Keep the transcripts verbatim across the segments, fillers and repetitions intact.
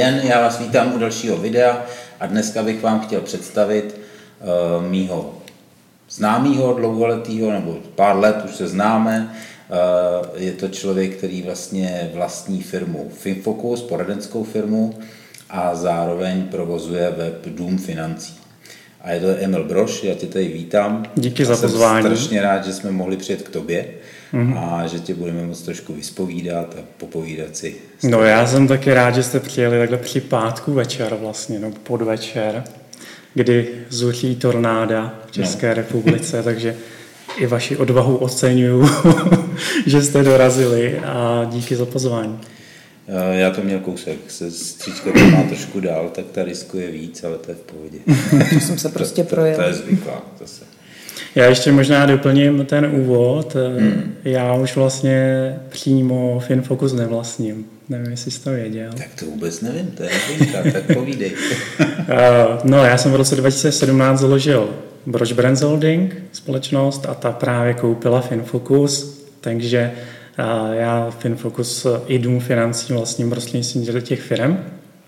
den, já vás vítám u dalšího videa a dneska bych vám chtěl představit uh, mýho známýho, dlouholetýho, nebo pár let už se známe. Uh, je to člověk, který vlastně vlastní firmu Finfocus, poradenskou firmu, a zároveň provozuje web Dům financí. A je to Emil Brož, já tě tady vítám. Díky za pozvání. Jsem strašně rád, že jsme mohli přijet k tobě mm-hmm. a že tě budeme moc trošku vyspovídat a popovídat si. No já jsem taky rád, že jste přijeli takhle při pátku večer vlastně, no podvečer, kdy zuří tornáda v České no. republice, takže i vaši odvahu oceňuju, že jste dorazili a díky za pozvání. Já to měl kousek, se stříčka to má trošku dál, tak ta riskuje víc, ale to je v pohodě. To jsem se prostě to, projel. To, to je zvyklá zase. Já ještě možná doplním ten úvod. Hmm. Já už vlastně přímo Finfocus nevlastním. Nevím, jestli jsi to věděl. Tak to vůbec nevím, to je novinka, tak povídej. No, já jsem v roce dva tisíce sedmnáct založil Brož Brands Holding společnost a ta právě koupila Finfocus, takže já Finfocus i Dům financí vlastním prostřednictvím těch firem.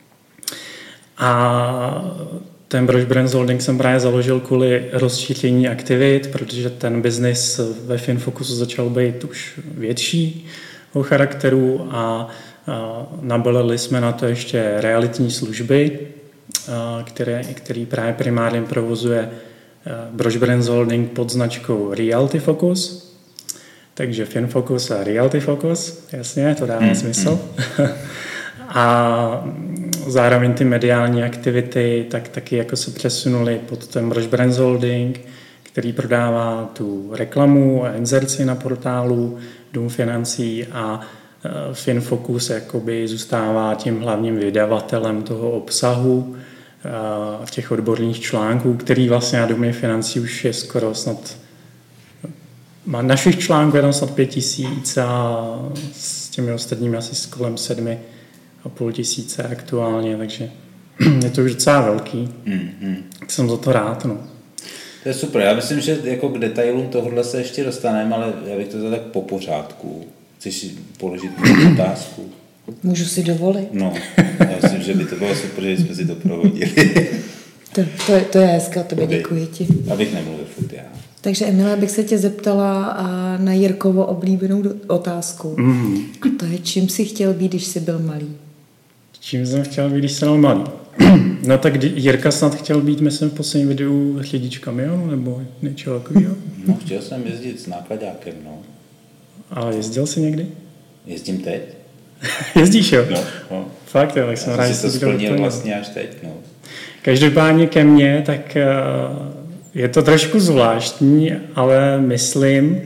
A ten Brož Brands Holding jsem právě založil kvůli rozšíření aktivit, protože ten biznis ve Finfocusu začal být už většího charakteru a nabalili jsme na to ještě realitní služby, které, který právě primárně provozuje Brož Brands Holding pod značkou Realty Focus. Takže Finfocus a Realty Focus, jasně, to dává mm, smysl. Mm. A zároveň ty mediální aktivity tak taky jako se přesunuly pod ten Brož Brands Holding, který prodává tu reklamu a inzerci na portálu Dům financí, a Finfocus jakoby zůstává tím hlavním vydavatelem toho obsahu, těch odborných článků, který vlastně na Domě financí už je skoro snad, má našich článků jenom snad pět tisíc a s těmi ostatními asi kolem sedmi a půl tisíce aktuálně, takže je to už docela velký. Mm-hmm. Jsem za to rád, no. To je super, já myslím, že jako k detailům tohohle se ještě dostaneme, ale já bych to vzal tak po pořádku. Chceš položit mi otázku? Můžu si dovolit? No, já myslím, že by to bylo super, že jsme si to prohodili. To, to, to je hezká, tobě děkuji ti. Abych nemluvil furt já. Takže Emile, bych se tě zeptala na Jirkovo oblíbenou otázku. Mm. A to je, čím jsi chtěl být, když jsi byl malý? Čím jsem chtěl být, když jsem byl malý? No tak Jirka snad chtěl být, myslím, v posledním videu řidič kamionu nebo něčeho takového. No, chtěl jsem jezdit s nákladákem, no. A jezdil jsi někdy? Jezdím teď. Jezdíš, jo? No, no. Fakt, jo, tak jsem rád, že jsi to splnil vlastně až teď, no. Každopádně ke mně, tak je to trošku zvláštní, ale myslím,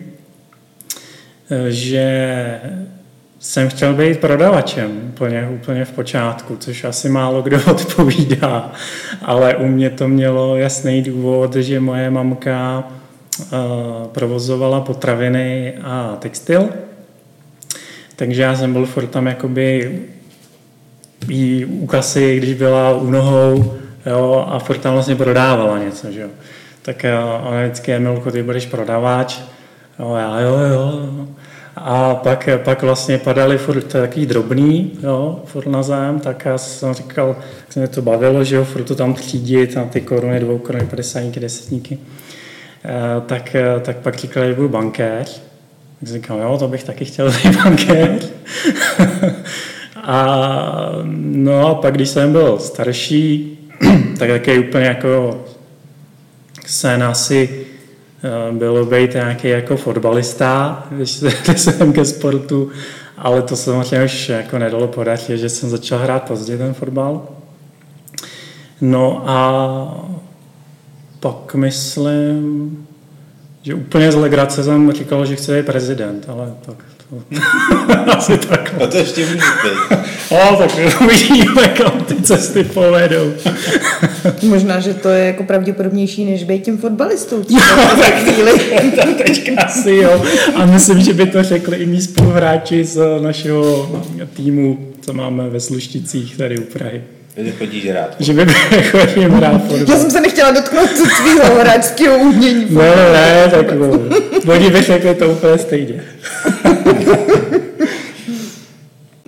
že jsem chtěl být prodavačem úplně, úplně v počátku, což asi málo kdo odpovídá, ale u mě to mělo jasný důvod, že moje mamka uh, provozovala potraviny a textil, takže já jsem byl furt tam jakoby jí u kasy, když byla u nohou, jo, a furt tam vlastně prodávala něco, že jo. Tak ona vždycky, Emilko, ty budeš prodavač, jo, já jo, jo. A pak, pak vlastně padaly furt takový drobný, jo, furt na zem, tak já jsem říkal, jak se mě to bavilo, že jo, furt to tam třídit na ty koruny, dvou koruny, padesátníky, desetníky. E, tak, tak pak říkal, že budu bankéř. Tak jsem říkal, jo, to bych taky chtěl být bankéř. A no a pak, když jsem byl starší, tak taky úplně jako sen asi bylo být nějaký jako fotbalista, když jsem ke sportu, ale to samozřejmě už jako nedalo podařit, že jsem začal hrát pozdě ten fotbal. No a pak myslím, že úplně z legrace jsem říkal, že chci být prezident, ale tak to asi tak. A to ještě může být. No, tak uvidíme, kam ty cesty povedou. Možná, že to je jako pravděpodobnější, než být tím fotbalistou. Jo, tak chvíli. Tak teďka asi jo. A myslím, že by to řekli i mý spoluhráči z našeho týmu, co máme ve Slušticích tady u Prahy. Že chodíš hrát. Že by chodím hrát fotbal. Já jsem se nechtěla dotknout tvýho hráčského umění. No, ne, tak oni by řekli to úplně stejně.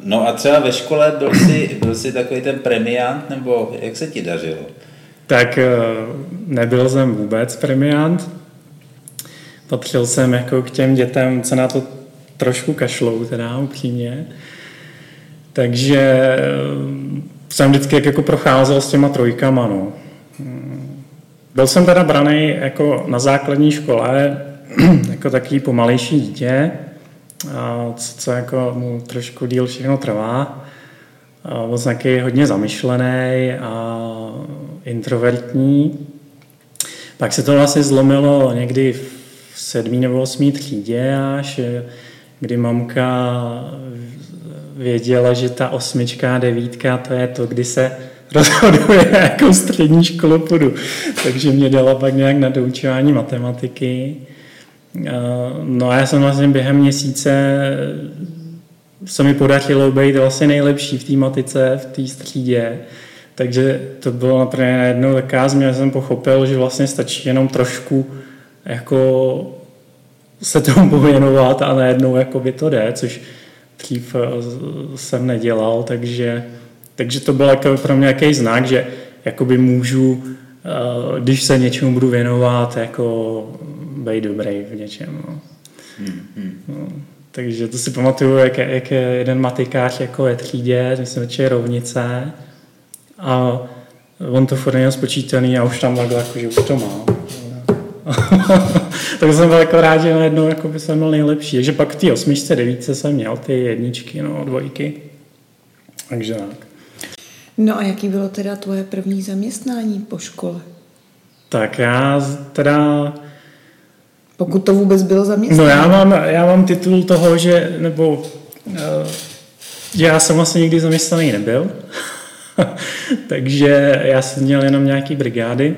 No a třeba ve škole byl jsi, byl jsi takový ten premiant, nebo jak se ti dařilo? Tak nebyl jsem vůbec premiant. Patřil jsem jako k těm dětem, co na to trošku kašlou, teda upřímně. Takže jsem vždycky jako procházel s těma trojkama, no. Byl jsem teda braný jako na základní škole jako takový pomalejší dítě, co, co jako mu trošku díl všechno trvá. Byl jsem taky hodně zamyšlený a introvertní. Pak se to vlastně zlomilo někdy v sedmý nebo osmý třídě až, kdy mamka věděla, že ta osmička a devítka to je to, kdy se rozhoduje, jakou střední školu půjdu. Takže mě dala pak nějak na doučování matematiky. No a já jsem vlastně během měsíce se mi podařilo být vlastně nejlepší v té matice, v té střídě. Takže to bylo například najednou taková změna, jsem pochopil, že vlastně stačí jenom trošku jako se tomu věnovat a najednou jako by to jde, což dřív jsem nedělal, takže, takže to byl jako pro mě nějaký znak, že jakoby můžu, když se něčemu budu věnovat, jako být dobrý v něčem. No. Hmm, hmm. No, takže to si pamatuju, jak, jak jeden matikář jako ve třídě, my jsme začali rovnice a on to furt měl spočítaný a už tam takhle, jako, že už to má. Tak jsem byl jako rád, že najednou jako by jsem byl nejlepší. Takže pak v té osmičce, devítce jsem měl ty jedničky, no, dvojky. Takže tak. No a jaký bylo teda tvoje první zaměstnání po škole? Tak já teda... Pokud to vůbec bylo zaměstnání. No já mám, já mám titul toho, že, nebo že já jsem vlastně nikdy zaměstnaný nebyl. Takže já jsem měl jenom nějaký brigády.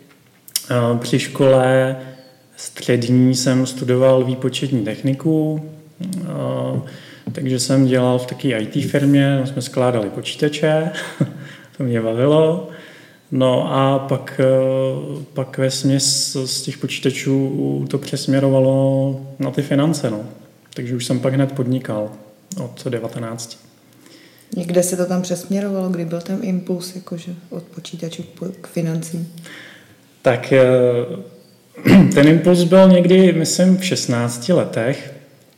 Při škole střední jsem studoval výpočetní techniku, takže jsem dělal v takové í té firmě, no jsme skládali počítače, to mě bavilo. No a pak, pak vesměs z těch počítačů to přesměrovalo na ty finance, no. Takže už jsem pak hned podnikal od devatenácti. Někde se to tam přesměrovalo, kdy byl ten impuls jakože od počítačů k financím? Tak ten impuls byl někdy, myslím, v šestnácti letech,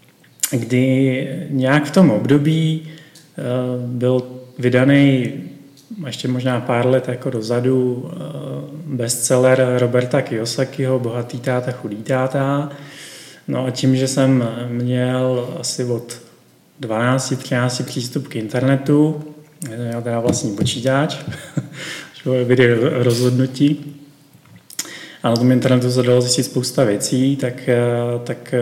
kdy nějak v tom období byl vydaný ještě možná pár let jako dozadu bestseller Roberta Kiyosakiho Bohatý táta, chudý táta. No a tím, že jsem měl asi od dvanácti třinácti přístup k internetu, měl teda vlastní počítač, byly rozhodnutí, a na tom internetu se dalo zjistit spousta věcí, tak, tak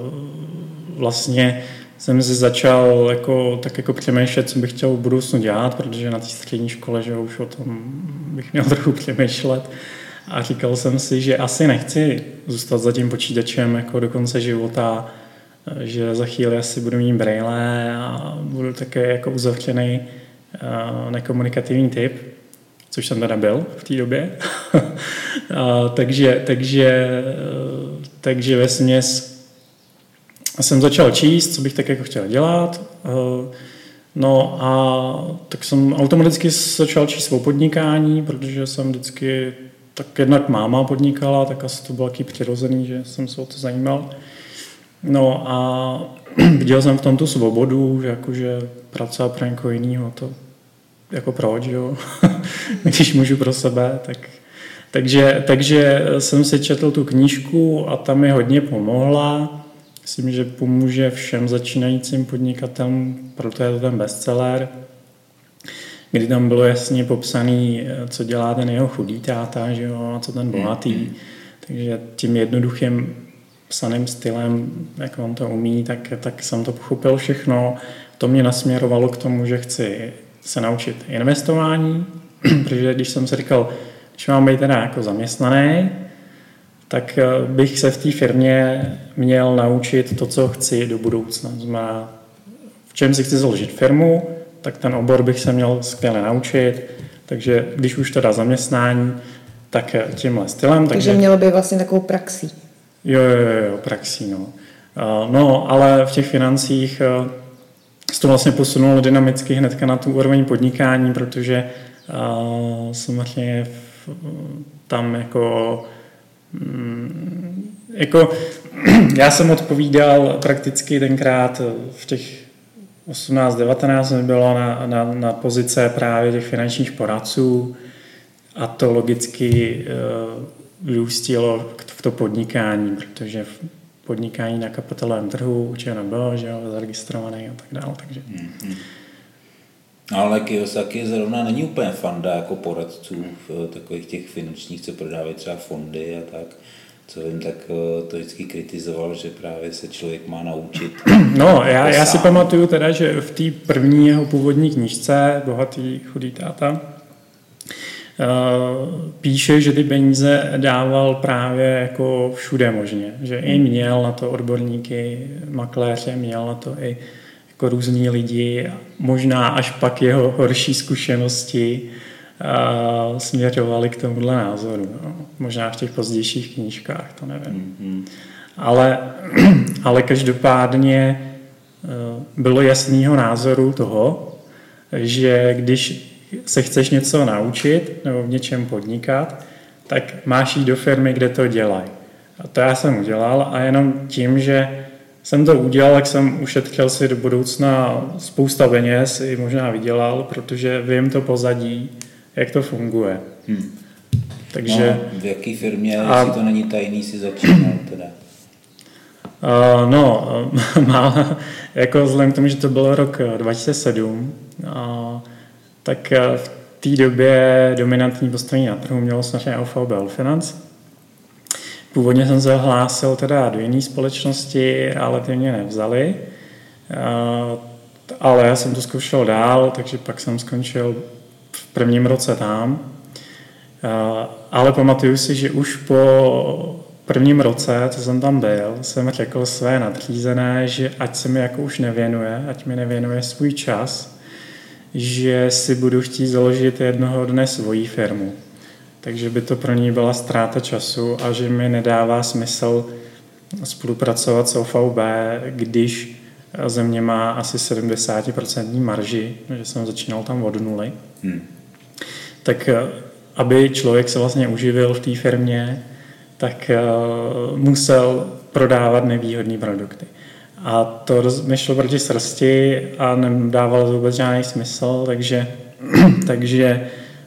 vlastně jsem si začal jako, tak jako přemýšlet, co bych chtěl v budoucnu dělat, protože na té střední škole, že už o tom bych měl trochu přemýšlet. A říkal jsem si, že asi nechci zůstat za tím počítačem jako do konce života, že za chvíli asi budu mít brejle a budu také jako uzavřený nekomunikativní typ, což jsem teda byl v té době. a, takže, takže, takže vesměs jsem začal číst, co bych tak jako chtěl dělat. No a tak jsem automaticky začal číst svou podnikání, protože jsem vždycky, tak jednak máma podnikala, tak asi to bylo taky přirozený, že jsem se o to zajímal. No a viděl jsem v tom tu svobodu, že jakože pracovat pro někoho jinýho, to jako proč, jo? Když můžu pro sebe, tak... Takže, takže jsem si četl tu knížku a ta mi hodně pomohla. Myslím, že pomůže všem začínajícím podnikatelům, proto je to ten bestseller, kdy tam bylo jasně popsaný, co dělá ten jeho chudý táta, že jo, a co ten bohatý. Takže tím jednoduchým psaným stylem, jak on to umí, tak, tak jsem to pochopil všechno. To mě nasměrovalo k tomu, že chci se naučit investování, protože když jsem si říkal, když mám být teda jako zaměstnaný, tak bych se v té firmě měl naučit to, co chci do budoucna. Znamená, v čem si chci založit firmu, tak ten obor bych se měl skvěle naučit. Takže když už teda zaměstnání, tak tímhle stylem. Takže, takže mělo by vlastně takovou praxí. Jo, jo, jo, praxí, no. No, ale v těch financích se to vlastně posunulo dynamicky hnedka na tu úroveň podnikání, protože uh, samozřejmě v, tam jako mm, jako já jsem odpovídal prakticky tenkrát v těch osmnáct devatenáct mi bylo na, na, na pozice právě těch finančních poradců a to logicky uh, vyústilo v to podnikání, protože v podnikání na kapitálovém trhu určitě nebylo, že jo, zaregistrovaný a tak dále, takže. Mm-hmm. Ale Kiyosaki zrovna není úplně fanda jako poradců v takových těch finančních, co prodávají třeba fondy a tak. Co vím, tak to vždycky kritizoval, že právě se člověk má naučit. No, já, já si pamatuju teda, že v té první jeho původní knížce Bohatý chudý táta píše, že ty peníze dával právě jako všude možně, že i měl na to odborníky, makléře, měl na to i jako různý lidi, možná až pak jeho horší zkušenosti uh, směřovaly k tomuhle názoru. No. Možná v těch pozdějších knížkách, to nevím. Mm-hmm. Ale, ale každopádně uh, bylo jasného názoru toho, že když se chceš něco naučit nebo v něčem podnikat, tak máš jít do firmy, kde to dělají. A to já jsem udělal a jenom tím, že jsem to udělal, tak jsem ušetřil si do budoucna spousta peněz i možná vydělal, protože vím to pozadí, jak to funguje. Hmm. Takže, no, v jaký firmě, a, jestli to není tajný, si začínal teda? Uh, no, má, jako vzhledem k tomu, že to byl rok dva tisíce sedm, uh, tak v té době dominantní postavení na trhu mělo samozřejmě Alfa Obel Finance. Původně jsem se hlásil teda do jiné společnosti, ale ty mě nevzali. Ale já jsem to zkoušel dál, takže pak jsem skončil v prvním roce tam. Ale pamatuju si, že už po prvním roce, co jsem tam byl, jsem řekl své nadřízené, že ať se mi jako už nevěnuje, ať mi nevěnuje svůj čas, že si budu chtít založit jednoho dne svoji firmu. Takže by to pro ní byla ztráta času a že mi nedává smysl spolupracovat s O V B, když země má asi sedmdesát procent marži, že jsem začínal tam od nuly. Hmm. Tak aby člověk se vlastně uživil v té firmě, tak musel prodávat nevýhodné produkty. A to mi šlo proti srsti a nedávalo to vůbec žádný smysl, takže, takže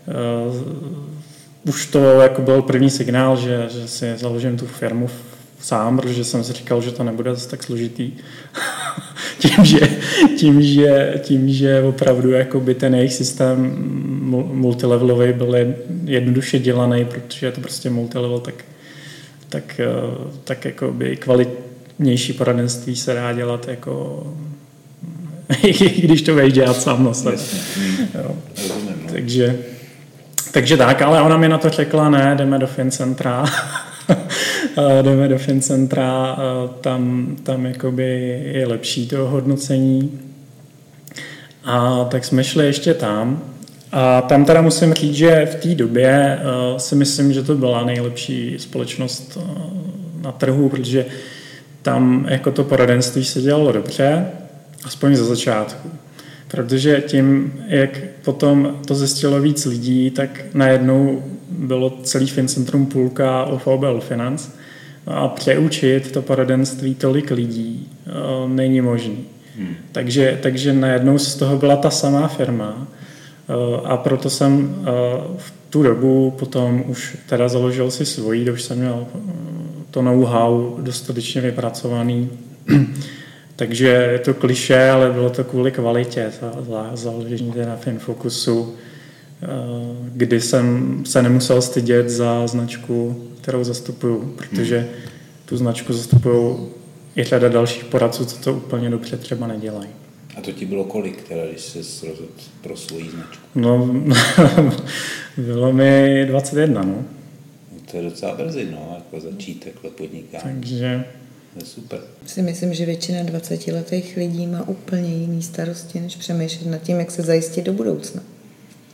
uh, už to jako byl první signál, že, že si založím tu firmu sám, protože jsem si říkal, že to nebude zase tak složitý. tím, že, tím, že, tím, že opravdu jakoby ten jejich systém multilevelový byl jednoduše dělaný, protože je to prostě multilevel, tak, tak, tak jakoby kvalitnější poradenství se dá dělat jako když to vejš dělat sám na sebe. Takže, takže tak, ale ona mi na to řekla, ne, jdeme do Fincentra. jdeme do Fincentra, tam, tam jakoby je lepší to hodnocení. A tak jsme šli ještě tam. A tam teda musím říct, že v té době uh, si myslím, že to byla nejlepší společnost uh, na trhu, protože tam jako to poradenství se dělalo dobře, aspoň ze začátku. Protože tím, jak potom to zjistilo víc lidí, tak najednou bylo celý Fincentrum půlka O V B Finance a přeučit to poradenství tolik lidí uh, není možný. Hmm. Takže, takže najednou z toho byla ta samá firma uh, a proto jsem uh, v tu dobu potom už teda založil si svojí, když jsem měl uh, to know-how dostatečně vypracovaný. Takže je to klišé, ale bylo to kvůli kvalitě založení teda Finfocusu, kdy jsem se nemusel stydět za značku, kterou zastupuju, protože tu značku zastupují i řada dalších poradců, co to úplně dobře třeba nedělají. A to ti bylo kolik, teda, když jsi rozhodl pro svoji značku? No, bylo mi dvacet jedna, no. To je docela brzy, no, jako začít takhle podnikání. Takže... To je super. Si myslím, že většina dvacetiletých lidí má úplně jiný starosti, než přemýšlet nad tím, jak se zajistit do budoucna.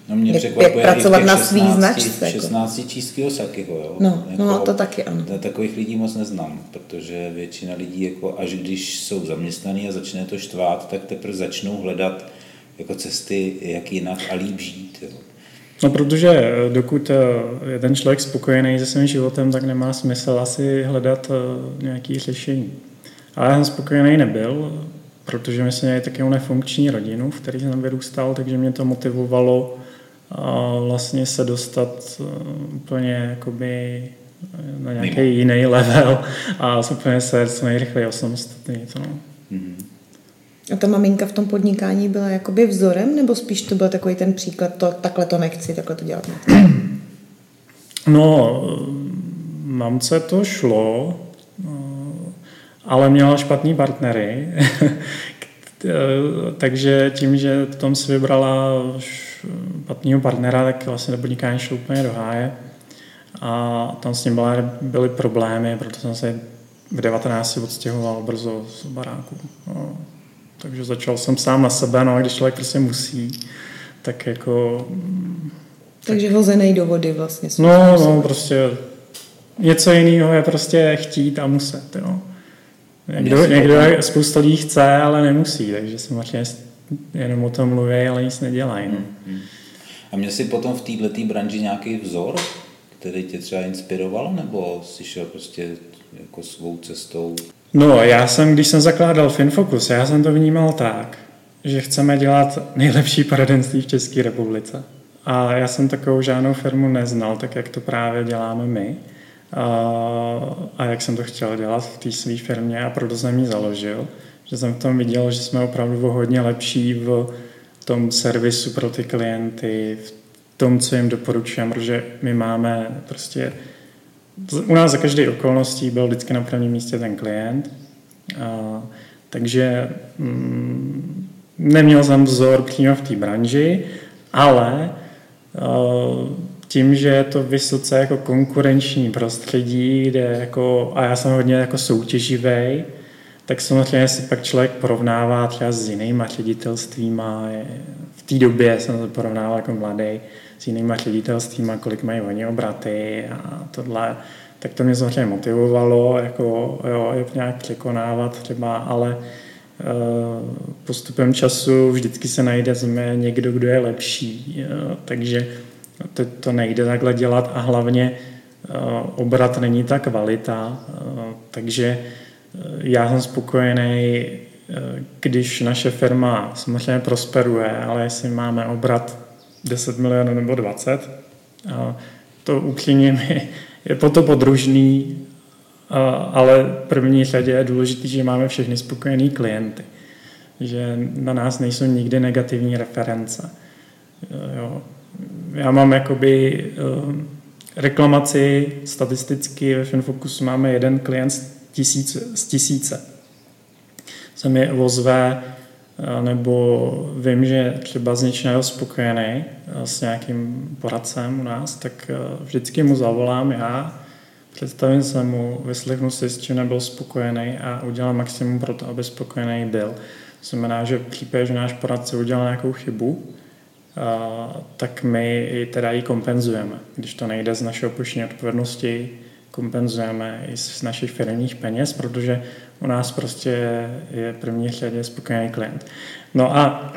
No mě jak, překvapuje jak pracovat i na svý značce. šestnácti číského Sakiho, jo. No, jako, no, to taky ano. Takových lidí moc neznám, protože většina lidí, jako, až když jsou zaměstnaní a začne to štvát, tak teprve začnou hledat jako cesty, jak jinak a líp žít. Jo. No, protože dokud je ten člověk spokojený se svým životem, tak nemá smysl asi hledat nějaké řešení. Ale já jsem spokojený nebyl, protože my jsme měli takovou nefunkční rodinu, v které jsem vyrůstal, takže mě to motivovalo vlastně se dostat úplně jakoby na nějaký Mimo. jiný level a úplně se co nejrychleji osamostatnit. No. Mm-hmm. A ta maminka v tom podnikání byla jakoby vzorem, nebo spíš to byl takový ten příklad, to, takhle to nechci, takhle to dělat nechci? No, mamce to šlo, ale měla špatný partnery, takže tím, že tom si vybrala špatného partnera, tak vlastně to podnikání šlo úplně do háje a tam s ním byly problémy, proto jsem se v devatenácti odstěhoval brzo z baráku. No. Takže začal jsem sám na sebe, no a když člověk prostě musí, tak jako... Takže tak... hozenej do vody vlastně. No, no, prostě něco jiného je prostě chtít a muset, jo. Někdo, někdo spousta lidí chce, ale nemusí, takže samozřejmě jenom o tom mluví, ale nic nedělají. No. Hmm. A měl jsi potom v této branži nějaký vzor, který tě třeba inspiroval, nebo jsi šel prostě jako svou cestou? No, já jsem, když jsem zakládal Finfocus, já jsem to vnímal tak, že chceme dělat nejlepší poradenství v České republice. A já jsem takovou žádnou firmu neznal, tak jak to právě děláme my. A, a jak jsem to chtěl dělat v té své firmě a proto jsem ji založil. Že jsem v tom viděl, že jsme opravdu hodně lepší v tom servisu pro ty klienty, v tom, co jim doporučujeme, protože my máme prostě... U nás za každé okolností byl vždycky na prvním místě ten klient, a, takže mm, neměl jsem vzor přímo v té branži, ale a, tím, že je to vysoce jako konkurenční prostředí, kde jako, a já jsem hodně jako soutěživý, tak samozřejmě si pak člověk porovnává třeba s jinýma ředitelstvíma. V té době jsem se porovnával jako mladý s jinýma ředitelstvíma, kolik mají oni obraty a tohle. Tak to mě samozřejmě motivovalo, jako jo, jak nějak překonávat třeba, ale uh, postupem času vždycky se najde změ někdo, kdo je lepší. Uh, takže to, to nejde takhle dělat a hlavně uh, obrat není ta kvalita. Uh, takže uh, já jsem spokojený, uh, když naše firma samozřejmě prosperuje, ale jestli máme obrat deset milionů nebo dvacet. A to upřímně mi je po to podružný, ale v první řadě je důležité, že máme všechny spokojený klienty. Že na nás nejsou nikdy negativní reference. Jo. Já mám jakoby reklamaci statisticky ve Finfocusu máme jeden klient z, tisíc, z tisíce. Se mi ozve nebo vím, že třeba z něčeho spokojený s nějakým poradcem u nás, tak vždycky mu zavolám já, představím se mu, vyslechnu si, s čím nebyl spokojený a udělám maximum pro to, aby spokojený byl. To znamená, že v případě, že náš poradce udělal nějakou chybu, tak my ji teda ji kompenzujeme. Když to nejde z našeho pojištění odpovědnosti, kompenzujeme i z našich firmních peněz, protože u nás prostě je první řadě spokojený klient. No a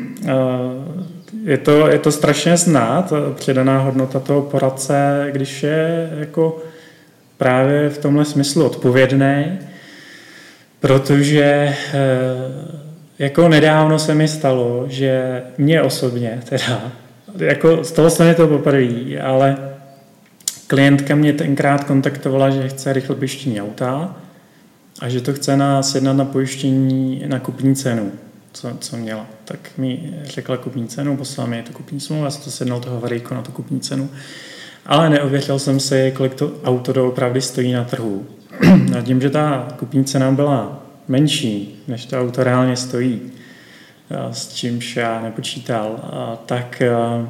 je to, je to strašně znát, přidaná hodnota toho poradce, když je jako právě v tomhle smyslu odpovědný, protože jako nedávno se mi stalo, že mě osobně teda, jako stalo se mi to poprvé, ale klientka mě tenkrát kontaktovala, že chce rychle pojištění auta a že to chce nás jednat na pojištění na kupní cenu, co, co měla. Tak mi řekla kupní cenu, poslala mi to kupní smlouvu, já jsem to sednal toho varijko na tu kupní cenu, ale neověřil jsem si, kolik to auto doopravdy stojí na trhu. A tím, že ta kupní cena byla menší, než to auto reálně stojí, s čímž já nepočítal, tak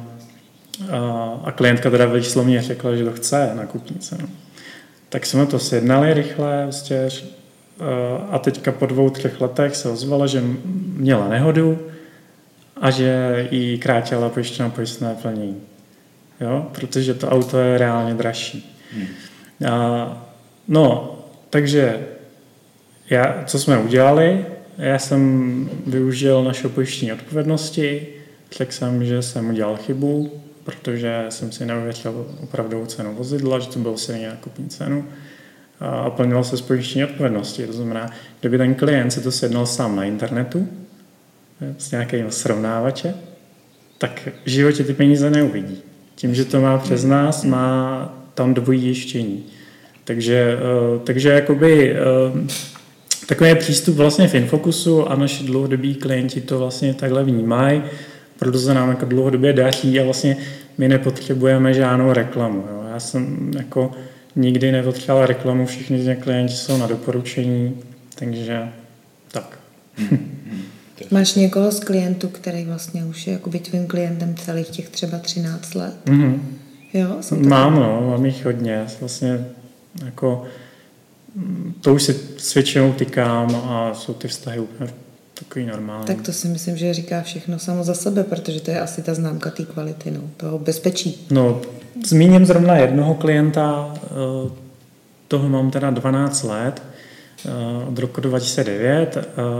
a klientka teda výslovně řekla, že to chce na kupní cenu. Tak jsme to sjednali rychle vlastně, a teďka po dvou, třech letech se ozvala, že měla nehodu a že jí krátila pojištěná pojistné plnění. Jo? Protože to auto je reálně dražší. Hmm. A, no, takže já, co jsme udělali, já jsem využil naše pojištění odpovědnosti, řekl jsem, že jsem udělal chybu, protože jsem si neuvěřil opravdovou cenu vozidla, že to bylo silně nákupní cenu a plnilo se z pojištění odpovědnosti. To znamená, kdyby ten klient si to sjednal sám na internetu s nějakým srovnávače, tak v životě ty peníze neuvidí. Tím, že to má přes nás, má tam dvojí jištění. Takže, takže jakoby takový přístup vlastně v Infocusu a naši dlouhodobí klienti to vlastně takhle vnímají, proto se nám jako dlouhodobě daří a vlastně my nepotřebujeme žádnou reklamu. Jo. Já jsem jako nikdy nepotřeboval reklamu, všichni ty klienti jsou na doporučení, takže tak. Máš někoho z klientů, který vlastně už je jakoby tvým klientem celých těch třeba třináct let? Mm-hmm. Jo, mám, no, mám jich hodně. Vlastně jako to už si s většinou tykám a jsou ty vztahy úplně takový normální. Tak to si myslím, že říká všechno samo za sebe, protože to je asi ta známka té kvality, no, toho bezpečí. No, zmíním zrovna jednoho klienta, toho mám teda dvanáct let, od roku dva tisíce devět.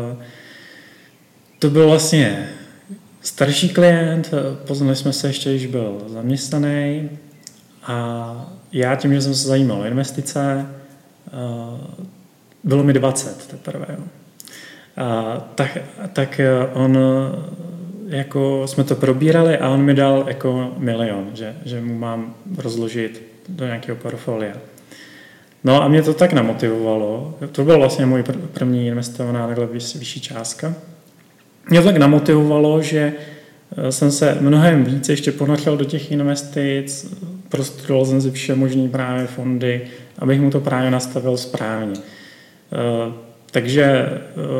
To byl vlastně starší klient, poznali jsme se ještě, když byl zaměstnaný a já tím, že jsem se zajímal o investice, bylo mi dvacet teprve. Jo. A, tak, tak on, jako jsme to probírali a on mi dal jako milion, že, že mu mám rozložit do nějakého portfolia. No a mě to tak namotivovalo, to byl vlastně můj první investovaná takhle vyšší částka. Mě to tak namotivovalo, že jsem se mnohem víc ještě ponořil do těch investic, prostudoval jsem si vše možný právě fondy, abych mu to právě nastavil správně. Takže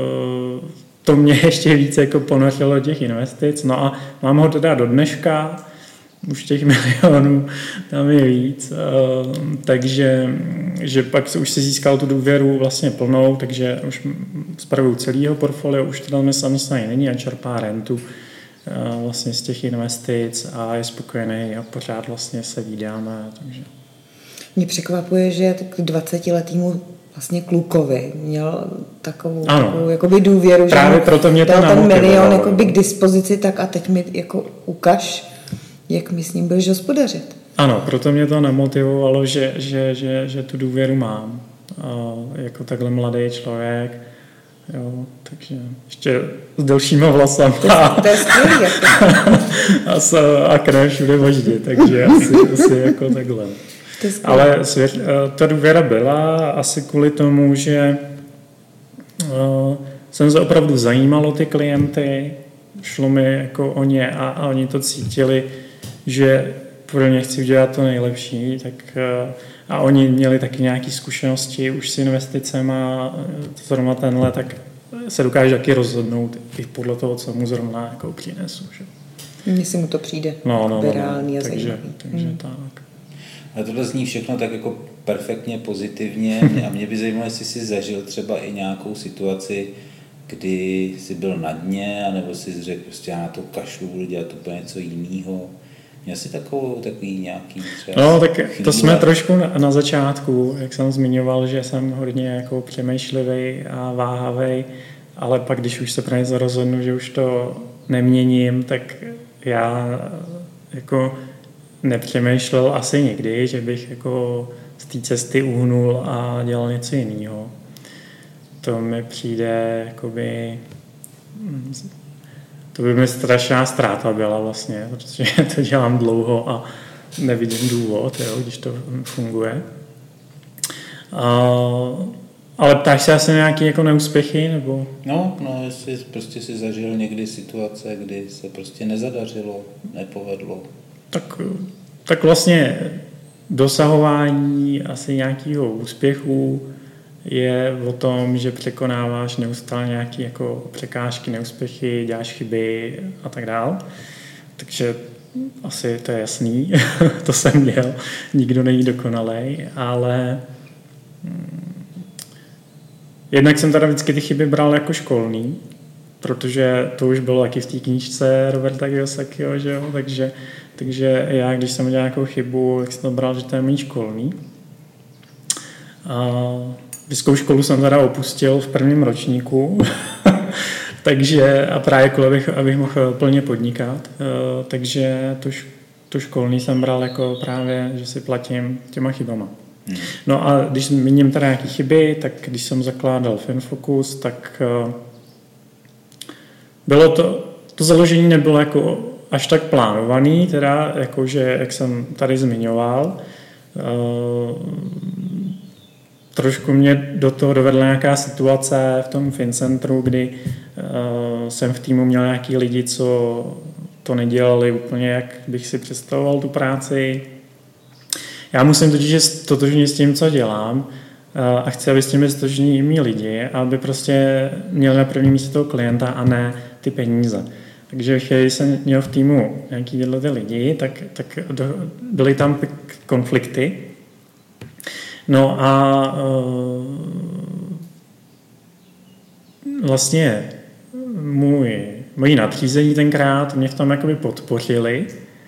to mě ještě víc jako ponořilo do těch investic. No a mám ho teda do dneška, už těch milionů tam je víc, takže že pak už si získal tu důvěru vlastně plnou, takže už spravuju celého portfolio, už teda mě zaměstnaný není a čerpá rentu vlastně z těch investic a je spokojený a pořád vlastně se vídáme. Takže. Mě překvapuje, že k dvacetiletýmu vlastně klukovi měl takovou, takovou jakoby důvěru, právě že proto mě to dal ten milion jakoby k dispozici, tak a teď mi jako ukaž, jak mi s ním budeš hospodařit. Ano, proto mě to namotivovalo, že, že, že, že tu důvěru mám. A jako takhle mladý člověk. Jo, takže ještě s delšíma vlasama. To, to je skvělý. a, a krev všude možně, takže asi, asi jako takhle. Ale svět, ta důvěra byla asi kvůli tomu, že uh, jsem se opravdu zajímal o ty klienty, šlo mi jako o ně a, a oni to cítili, že pro ně chci udělat to nejlepší, tak uh, a oni měli taky nějaké zkušenosti už s investicema, zrovna tenhle, tak se dokáže taky rozhodnout i podle toho, co mu zrovna jako přinesu. Že? Mně si mu to přijde no, no, no, reálný a takže, zajímavý. takže hmm. tak. A tohle zní všechno tak jako perfektně pozitivně a mě by zajímalo, jestli jsi zažil třeba i nějakou situaci, kdy jsi byl na dně, anebo jsi řekl, prostě já na to kašlu, budu dělat úplně něco jiného. Měl jsi takovou, takový nějaký třeba No, tak chvíle? to jsme trošku na, na začátku, jak jsem zmiňoval, že jsem hodně jako přemýšlivý a váhavý, ale pak, když už se pro něco rozhodnu, že už to neměním, tak já jako nepřemýšlel asi nikdy, že bych jako z té cesty uhnul a dělal něco jiného. To mi přijde jakoby... To by mi strašná ztráta byla vlastně, protože to dělám dlouho a nevidím důvod, jo, když to funguje. A, ale ptáš se asi nějaké jako neúspěchy, nebo? No, no, jestli prostě si zažil někdy situace, kdy se prostě nezadařilo, nepovedlo. Tak, tak vlastně dosahování asi nějakého úspěchu je o tom, že překonáváš neustále nějaké jako překážky, neúspěchy, děláš chyby a tak dál. Takže asi to je jasný, to jsem měl, nikdo není dokonalej, ale hm, jednak jsem teda vždycky ty chyby bral jako školný, protože to už bylo taky v té knížce Roberta Kiyosakiho, že jo? Takže, takže já, když jsem udělal nějakou chybu, tak jsem to bral, že to je mý školní. A vysokou školu jsem teda opustil v prvním ročníku, takže a právě kvůli, abych, abych mohl plně podnikat, takže to, to školní jsem bral jako právě, že si platím těma chybama. No a když zmíním teda nějaké chyby, tak když jsem zakládal FinFocus, tak bylo to, to založení nebylo jako až tak plánovaný, teda jakože, jak jsem tady zmiňoval, trošku mě do toho dovedla nějaká situace v tom FinCentru, kdy uh, jsem v týmu měl nějaký lidi, co to nedělali úplně, jak bych si představoval tu práci. Já musím totiž stotožnit s tím, co dělám uh, a chci, aby s tím stotožní i mý lidi, aby prostě měli na prvním místě toho klienta a ne ty peníze. Takže když jsem měl v týmu nějaký tyhle ty lidi, tak, tak do, byly tam konflikty. No a vlastně můj, moji nadřízení tenkrát mě v tom jakoby podpořili,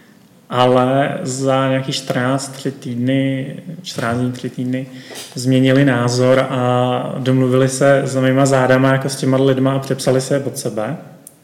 ale za nějakých čtrnáct, tři týdny, čtrnáct dní, tři týdny změnili názor a domluvili se za mýma zádama jako s těma lidma a přepsali se pod sebe.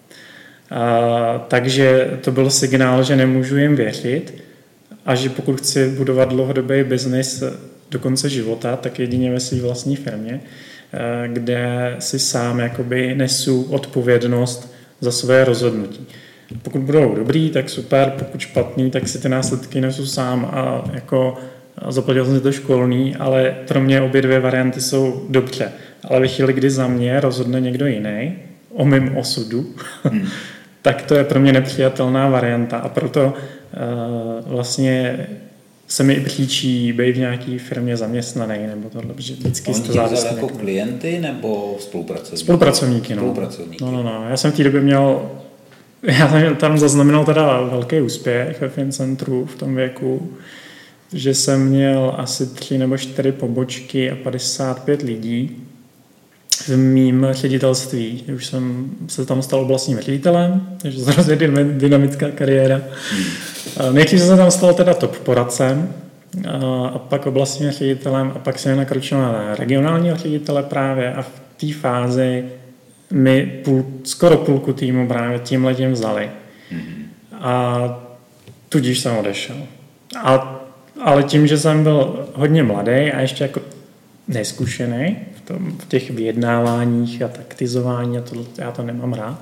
A, takže to byl signál, že nemůžu jim věřit a že pokud chci budovat dlouhodobý biznis do konce života, tak jedině ve své vlastní firmě, kde si sám jakoby nesu odpovědnost za své rozhodnutí. Pokud budou dobrý, tak super, pokud špatný, tak si ty následky nesu sám a jako zaplatil jsem si to školní, ale pro mě obě dvě varianty jsou dobře. Ale ve chvíli, kdy za mě rozhodne někdo jiný o mém osudu, hmm. tak to je pro mě nepřijatelná varianta a proto uh, vlastně se mi i příčí být v nějaké firmě zaměstnaný, nebo tohle, protože vždycky jste závislí. Jako klienty nebo spolupracovníky? Spolupracovníky, no. Spolupracovníky. No, no, no. Já jsem v té době měl, já jsem tam zaznamenal teda velký úspěch ve FinCentru v tom věku, že jsem měl asi tři nebo čtyři pobočky a padesát pět lidí v mým ředitelství. Už jsem se tam stal oblastním ředitelem, takže zase dynamická kariéra. Hmm. Nejdřív jsem se tam stal teda top poradcem a pak oblastním ředitelem a pak jsem nakročil na regionálního ředitele právě a v té fázi mi půl, skoro půlku týmu právě tímhletím vzali. Hmm. A tudíž jsem odešel. A, ale tím, že jsem byl hodně mladý a ještě jako neskušený v, tom, v těch vyjednáváních a taktizování, a to, já to nemám rád,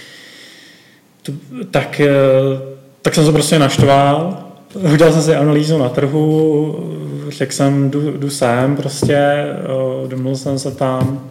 to, tak, tak jsem se prostě naštval, udělal jsem si analýzu na trhu, řekl jsem, jdu, jdu sem prostě, domluvil jsem se tam,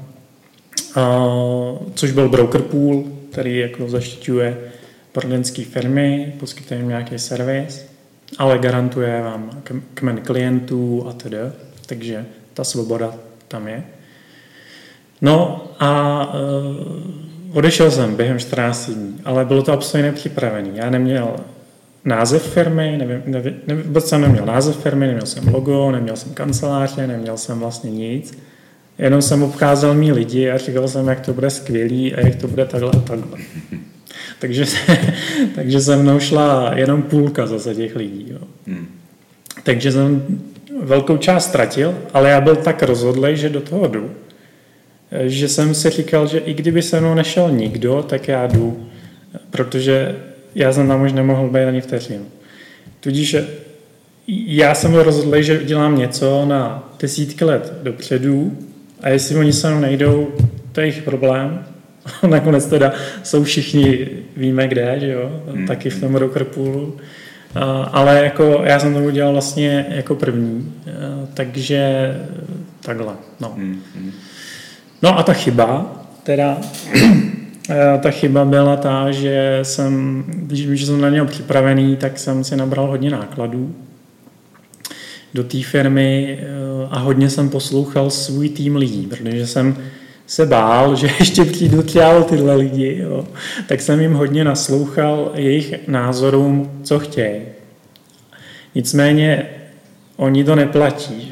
což byl broker pool, který jako zaštiťuje poradenské firmy, poskytuje jim nějaký servis, ale garantuje vám kmen klientů a tedy, takže ta svoboda tam je. No a uh, odešel jsem během čtrnácti dní, ale bylo to absolutně nepřipravený. Já neměl název firmy, nevím, nevím, nevím, vůbec jsem neměl název firmy, neměl jsem logo, neměl jsem kanceláře, neměl jsem vlastně nic. Jenom jsem obcházel mý lidi a říkal jsem, jak to bude skvělý a jak to bude takhle a takhle. takže, takže se mnou šla jenom půlka zase těch lidí. Jo. Hmm. Takže jsem velkou část ztratil, ale já byl tak rozhodlej, že do toho jdu. Že jsem si říkal, že i kdyby se mnou nešel nikdo, tak já jdu, protože já jsem tam už nemohl být ani vteřinu. Tudíž já jsem byl rozhodlej, že dělám něco na desítky let dopředu a jestli oni se mnou nejdou, to je jejich problém. Nakonec teda jsou všichni, víme kde, že jo, taky v tom broker poolu. Uh, ale jako já jsem to udělal vlastně jako první, uh, takže takhle, no. Mm-hmm. No a ta chyba, teda ta chyba byla ta, že jsem, když jsem na něj připravený, tak jsem si nabral hodně nákladů do té firmy uh, a hodně jsem poslouchal svůj tým lidí, protože jsem se bál, že ještě přijdu třeba tyhle lidi, jo. Tak jsem jim hodně naslouchal jejich názorům, co chtějí. Nicméně oni to neplatí. Jo.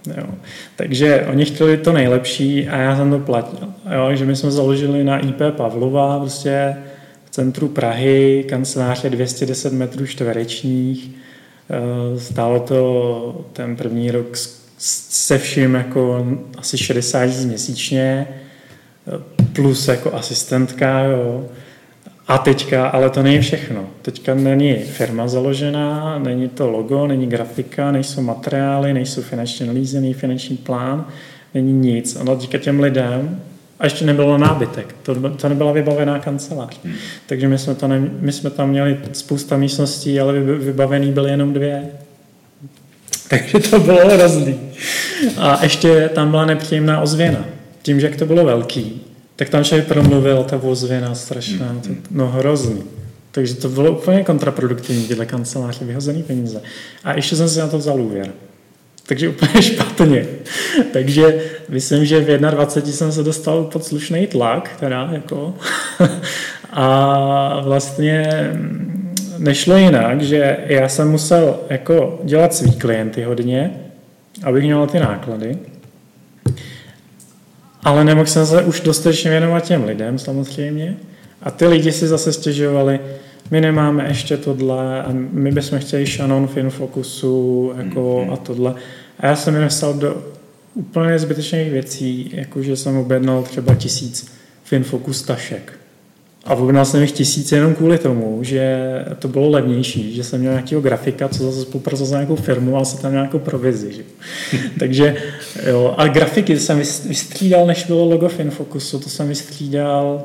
Jo. Takže oni chtěli to nejlepší a já jsem to platil. Jo. Že my jsme založili na í pé Pavlova, prostě v centru Prahy, kanceláře dvě stě deset metrů čtverečních. Stálo to ten první rok se vším jako asi šedesát tisíc měsíčně, plus jako asistentka, jo. A teďka, ale to není všechno. Teďka není firma založená, není to logo, není grafika, nejsou materiály, nejsou finanční analýzy, není finanční plán, není nic. A teďka těm lidem, a ještě nebylo nábytek, to, to nebyla vybavená kancelář. Hmm. Takže my jsme, to ne, my jsme tam měli spousta místností, ale vybavený byly jenom dvě. Takže to bylo hrozný. A ještě tam byla nepříjemná ozvěna. Tím, že jak to bylo velký, tak tam člověk promluvil, ta ozvěna strašná, to, no hrozný. Takže to bylo úplně kontraproduktivní, tyhle kanceláře, vyhozený peníze. A ještě jsem si na to vzal úvěr. Takže úplně špatně. Takže myslím, že v dvacet jedna jsem se dostal pod slušný tlak, teda jako. A vlastně nešlo jinak, že já jsem musel jako dělat svý klienty hodně, abych měl ty náklady. Ale nemohl jsem se už dostatečně věnovat těm lidem samozřejmě. A ty lidi si zase stěžovali, my nemáme ještě tohle, a my bychom chtěli Shannon v Infocusu jako a tohle. A já jsem investoval do úplně zbytečných věcí, jakože jsem objednal třeba tisíc v Infocus tašek. A objednal jsem jich tisíc jenom kvůli tomu, že to bylo levnější, že jsem měl nějakého grafika, co zase spolupracoval s nějakou firmou a se tam nějakou provizi. Že? Takže jo, a grafiky jsem vystřídal, než bylo logo v Infocusu, to jsem vystřídal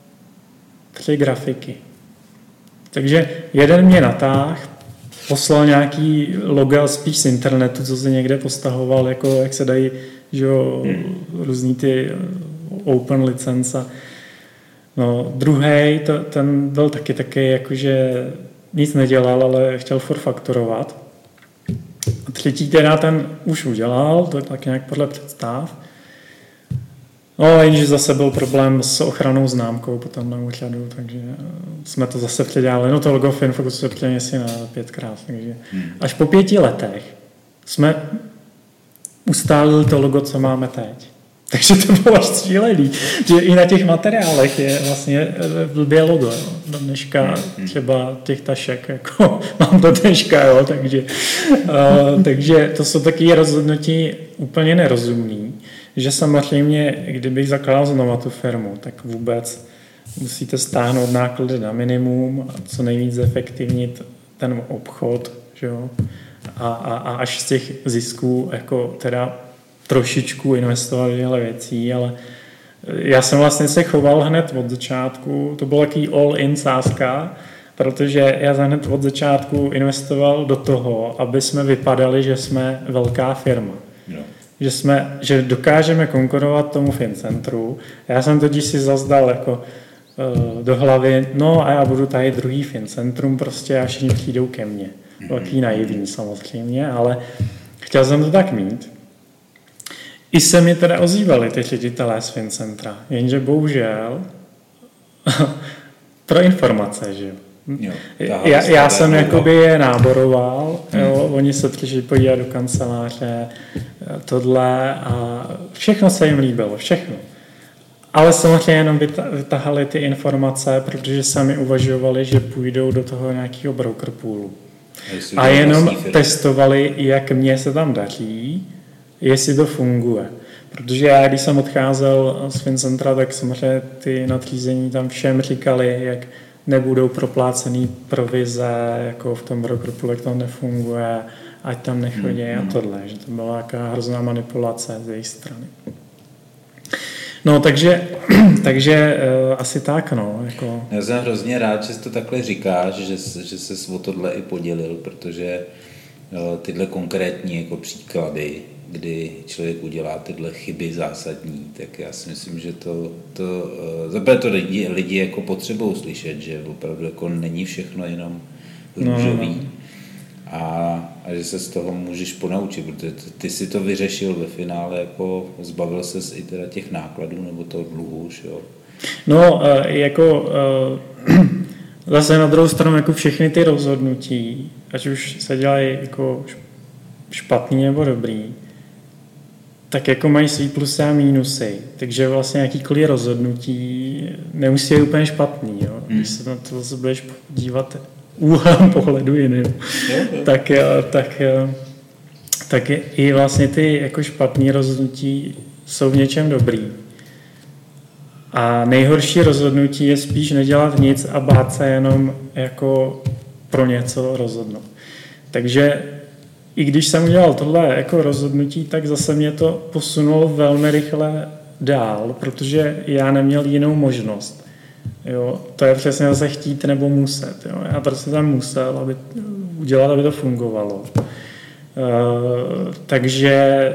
tři grafiky. Takže jeden mě natáhl, poslal nějaký loga spíš z internetu, co se někde postahoval, jako jak se dají, že jo, různý ty open licence. No, druhý, ten byl taky taky, jakože nic nedělal, ale chtěl furt fakturovat. A třetí teda ten už udělal, to je tak nějak podle představ. No, jenže zase byl problém s ochranou známkou potom na úřadu, takže jsme to zase předělali. No to logo v Infocusu se přenesli na pětkrát, takže až po pěti letech jsme ustálili to logo, co máme teď. Takže to bylo až střílený, že i na těch materiálech je vlastně blbě logo. Jo. Do dneška třeba těch tašek, jako mám do dneška, jo, takže, uh, takže to jsou takové rozhodnutí úplně nerozumný, že samozřejmě, kdybych zakládal znova tu firmu, tak vůbec musíte stáhnout náklady na minimum a co nejvíc zefektivnit ten obchod, že jo, a, a, a až z těch zisků jako teda trošičku investovat v těchto věcí, ale já jsem vlastně se choval hned od začátku, to bylo takový all-in sázka, protože já jsem hned od začátku investoval do toho, aby jsme vypadali, že jsme velká firma. No. Že, jsme, že dokážeme konkurovat tomu FinCentru. Já jsem totiž si zazdal jako uh, do hlavy, no a já budu tady druhý FinCentrum prostě a všichni přijdou ke mně. Velký naivní samozřejmě, ale chtěl jsem to tak mít. I se mi teda ozývali ty ředitelé z FinCentra, jenže bohužel pro informace, že jo. Já, já jsem jakoby je náboroval, hmm. jo, oni se přišli podívat do kanceláře, tohle a všechno se jim líbilo, všechno. Ale samozřejmě jenom vytahali ty informace, protože sami uvažovali, že půjdou do toho nějakého broker poolu. A jenom testovali, jak mě se tam daří, jestli to funguje. Protože já, když jsem odcházel z FinCentra, tak samozřejmě ty nadřízení tam všem říkali, jak nebudou proplácený provize, jako v tom brokerpoolu, jak to nefunguje, ať tam nechodí a tohle, že to byla jaká hrozná manipulace z jejich strany. No, takže, takže uh, asi tak, no. Jako. Já jsem hrozně rád, že jsi to takhle říkáš, že, že jsi o tohle i podělil, protože uh, tyhle konkrétní jako příklady, kdy člověk udělá tyhle chyby zásadní, tak já si myslím, že to, to uh, zaprvé to lidi, lidi jako potřebují slyšet, že opravdu jako není všechno jenom růžový. No, no. A, a že se z toho můžeš ponaučit, protože ty, ty si to vyřešil ve finále, jako zbavil ses i teda těch nákladů nebo toho dluhu, jo? No, jako zase na druhou stranu jako všechny ty rozhodnutí, ať už se dělají jako špatný nebo dobrý, tak jako mají svý plusy a mínusy. Takže vlastně jakýkoliv rozhodnutí nemusí být úplně špatný. Jo? Hmm. Když se na to zase budeš dívat úhlem pohledu jiným, tak, tak, tak i vlastně ty jako špatný rozhodnutí jsou v něčem dobrý. A nejhorší rozhodnutí je spíš nedělat nic a bát se jenom jako pro něco rozhodnout. Takže i když jsem udělal tohle jako rozhodnutí, tak zase mě to posunulo velmi rychle dál, protože já neměl jinou možnost. Jo, to je přesně zase chtít nebo muset. Jo. Já prostě tam musel aby, udělat, aby to fungovalo. Uh, takže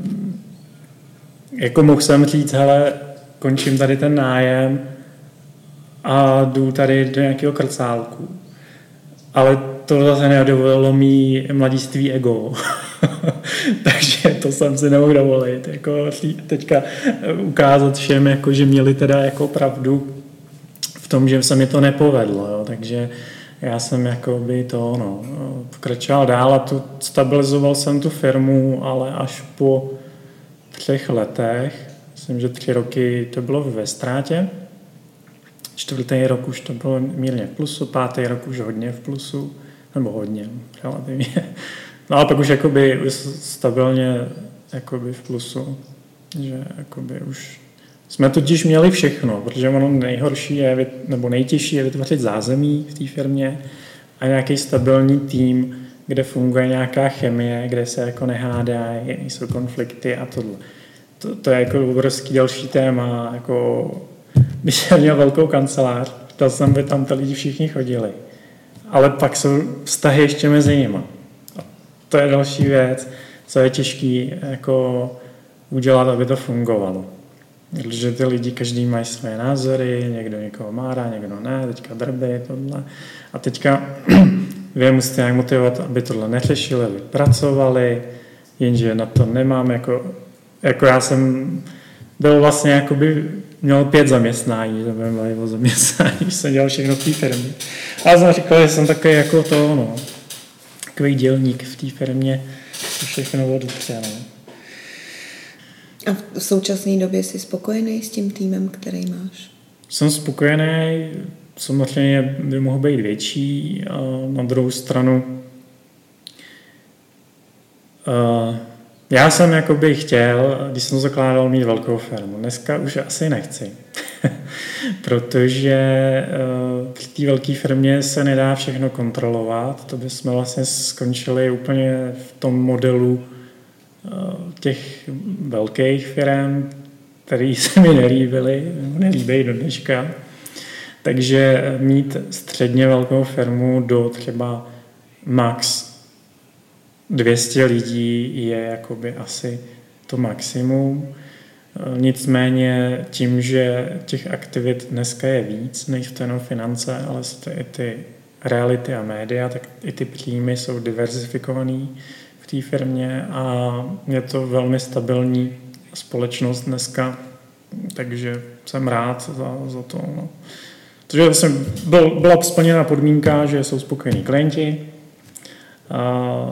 jako mohl jsem říct, hele, končím tady ten nájem a jdu tady do nějakého krcálku. Ale to zase nedovolilo mý mladiství ego. Takže to jsem si nemohl dovolit. Jako teďka ukázat všem, jako, že měli teda jako pravdu v tom, že se mi to nepovedlo. Jo. Takže já jsem jakoby to no, pokračoval dál a tu, stabilizoval jsem tu firmu, ale až po třech letech, myslím, že tři roky to bylo ve ztrátě, čtvrtý rok už to bylo mírně v plusu, pátý rok už hodně v plusu, nebo hodně, relativně. No a pak už jakoby stabilně jakoby v plusu, že jakoby už jsme totiž měli všechno, protože ono nejhorší je, nebo nejtěžší je vytvořit zázemí v té firmě a nějaký stabilní tým, kde funguje nějaká chemie, kde se jako nehádají, nejsou konflikty a tohle. To, to je jako obrovský další téma, jako když jsem měl velkou kancelář, dal jsem, by tam ty lidi všichni chodili. Ale pak jsou vztahy ještě mezi nimi. A to je další věc, co je těžký jako udělat, aby to fungovalo. Protože ty lidi, každý mají své názory, někdo někoho má rád, někdo ne, teďka drby, tohle. A teďka vy musíte nějak motivovat, aby tohle neřešili, aby pracovali, jenže na to nemám, jako, jako já jsem byl vlastně jakoby, měl pět zaměstnání, to bylo mluvilo zaměstnání, když jsem dělal všechno v té firmě. A jsem říkal, že jsem takový jako to, no, takový dělník v té firmě, to všechno odlítře, no. A v současné době jsi spokojený s tím týmem, který máš? Jsem spokojený, samozřejmě by mohl být větší, a na druhou stranu uh, já jsem jakoby chtěl, když jsem zakládal, mít velkou firmu. Dneska už asi nechci, protože uh, při té velké firmě se nedá všechno kontrolovat, to bychom vlastně skončili úplně v tom modelu těch velkých firm, které se mi nelíbily, nelíbí do dneška. Takže mít středně velkou firmu do třeba max dvě stě lidí je jakoby asi to maximum. Nicméně tím, že těch aktivit dneska je víc, nejsou to jenom finance, ale jsou to i ty reality a média, tak i ty příjmy jsou diverzifikovaný v té firmě a je to velmi stabilní společnost dneska, takže jsem rád za, za to. No. Takže jsem byl, byla splněna podmínka, že jsou spokojení klienti a,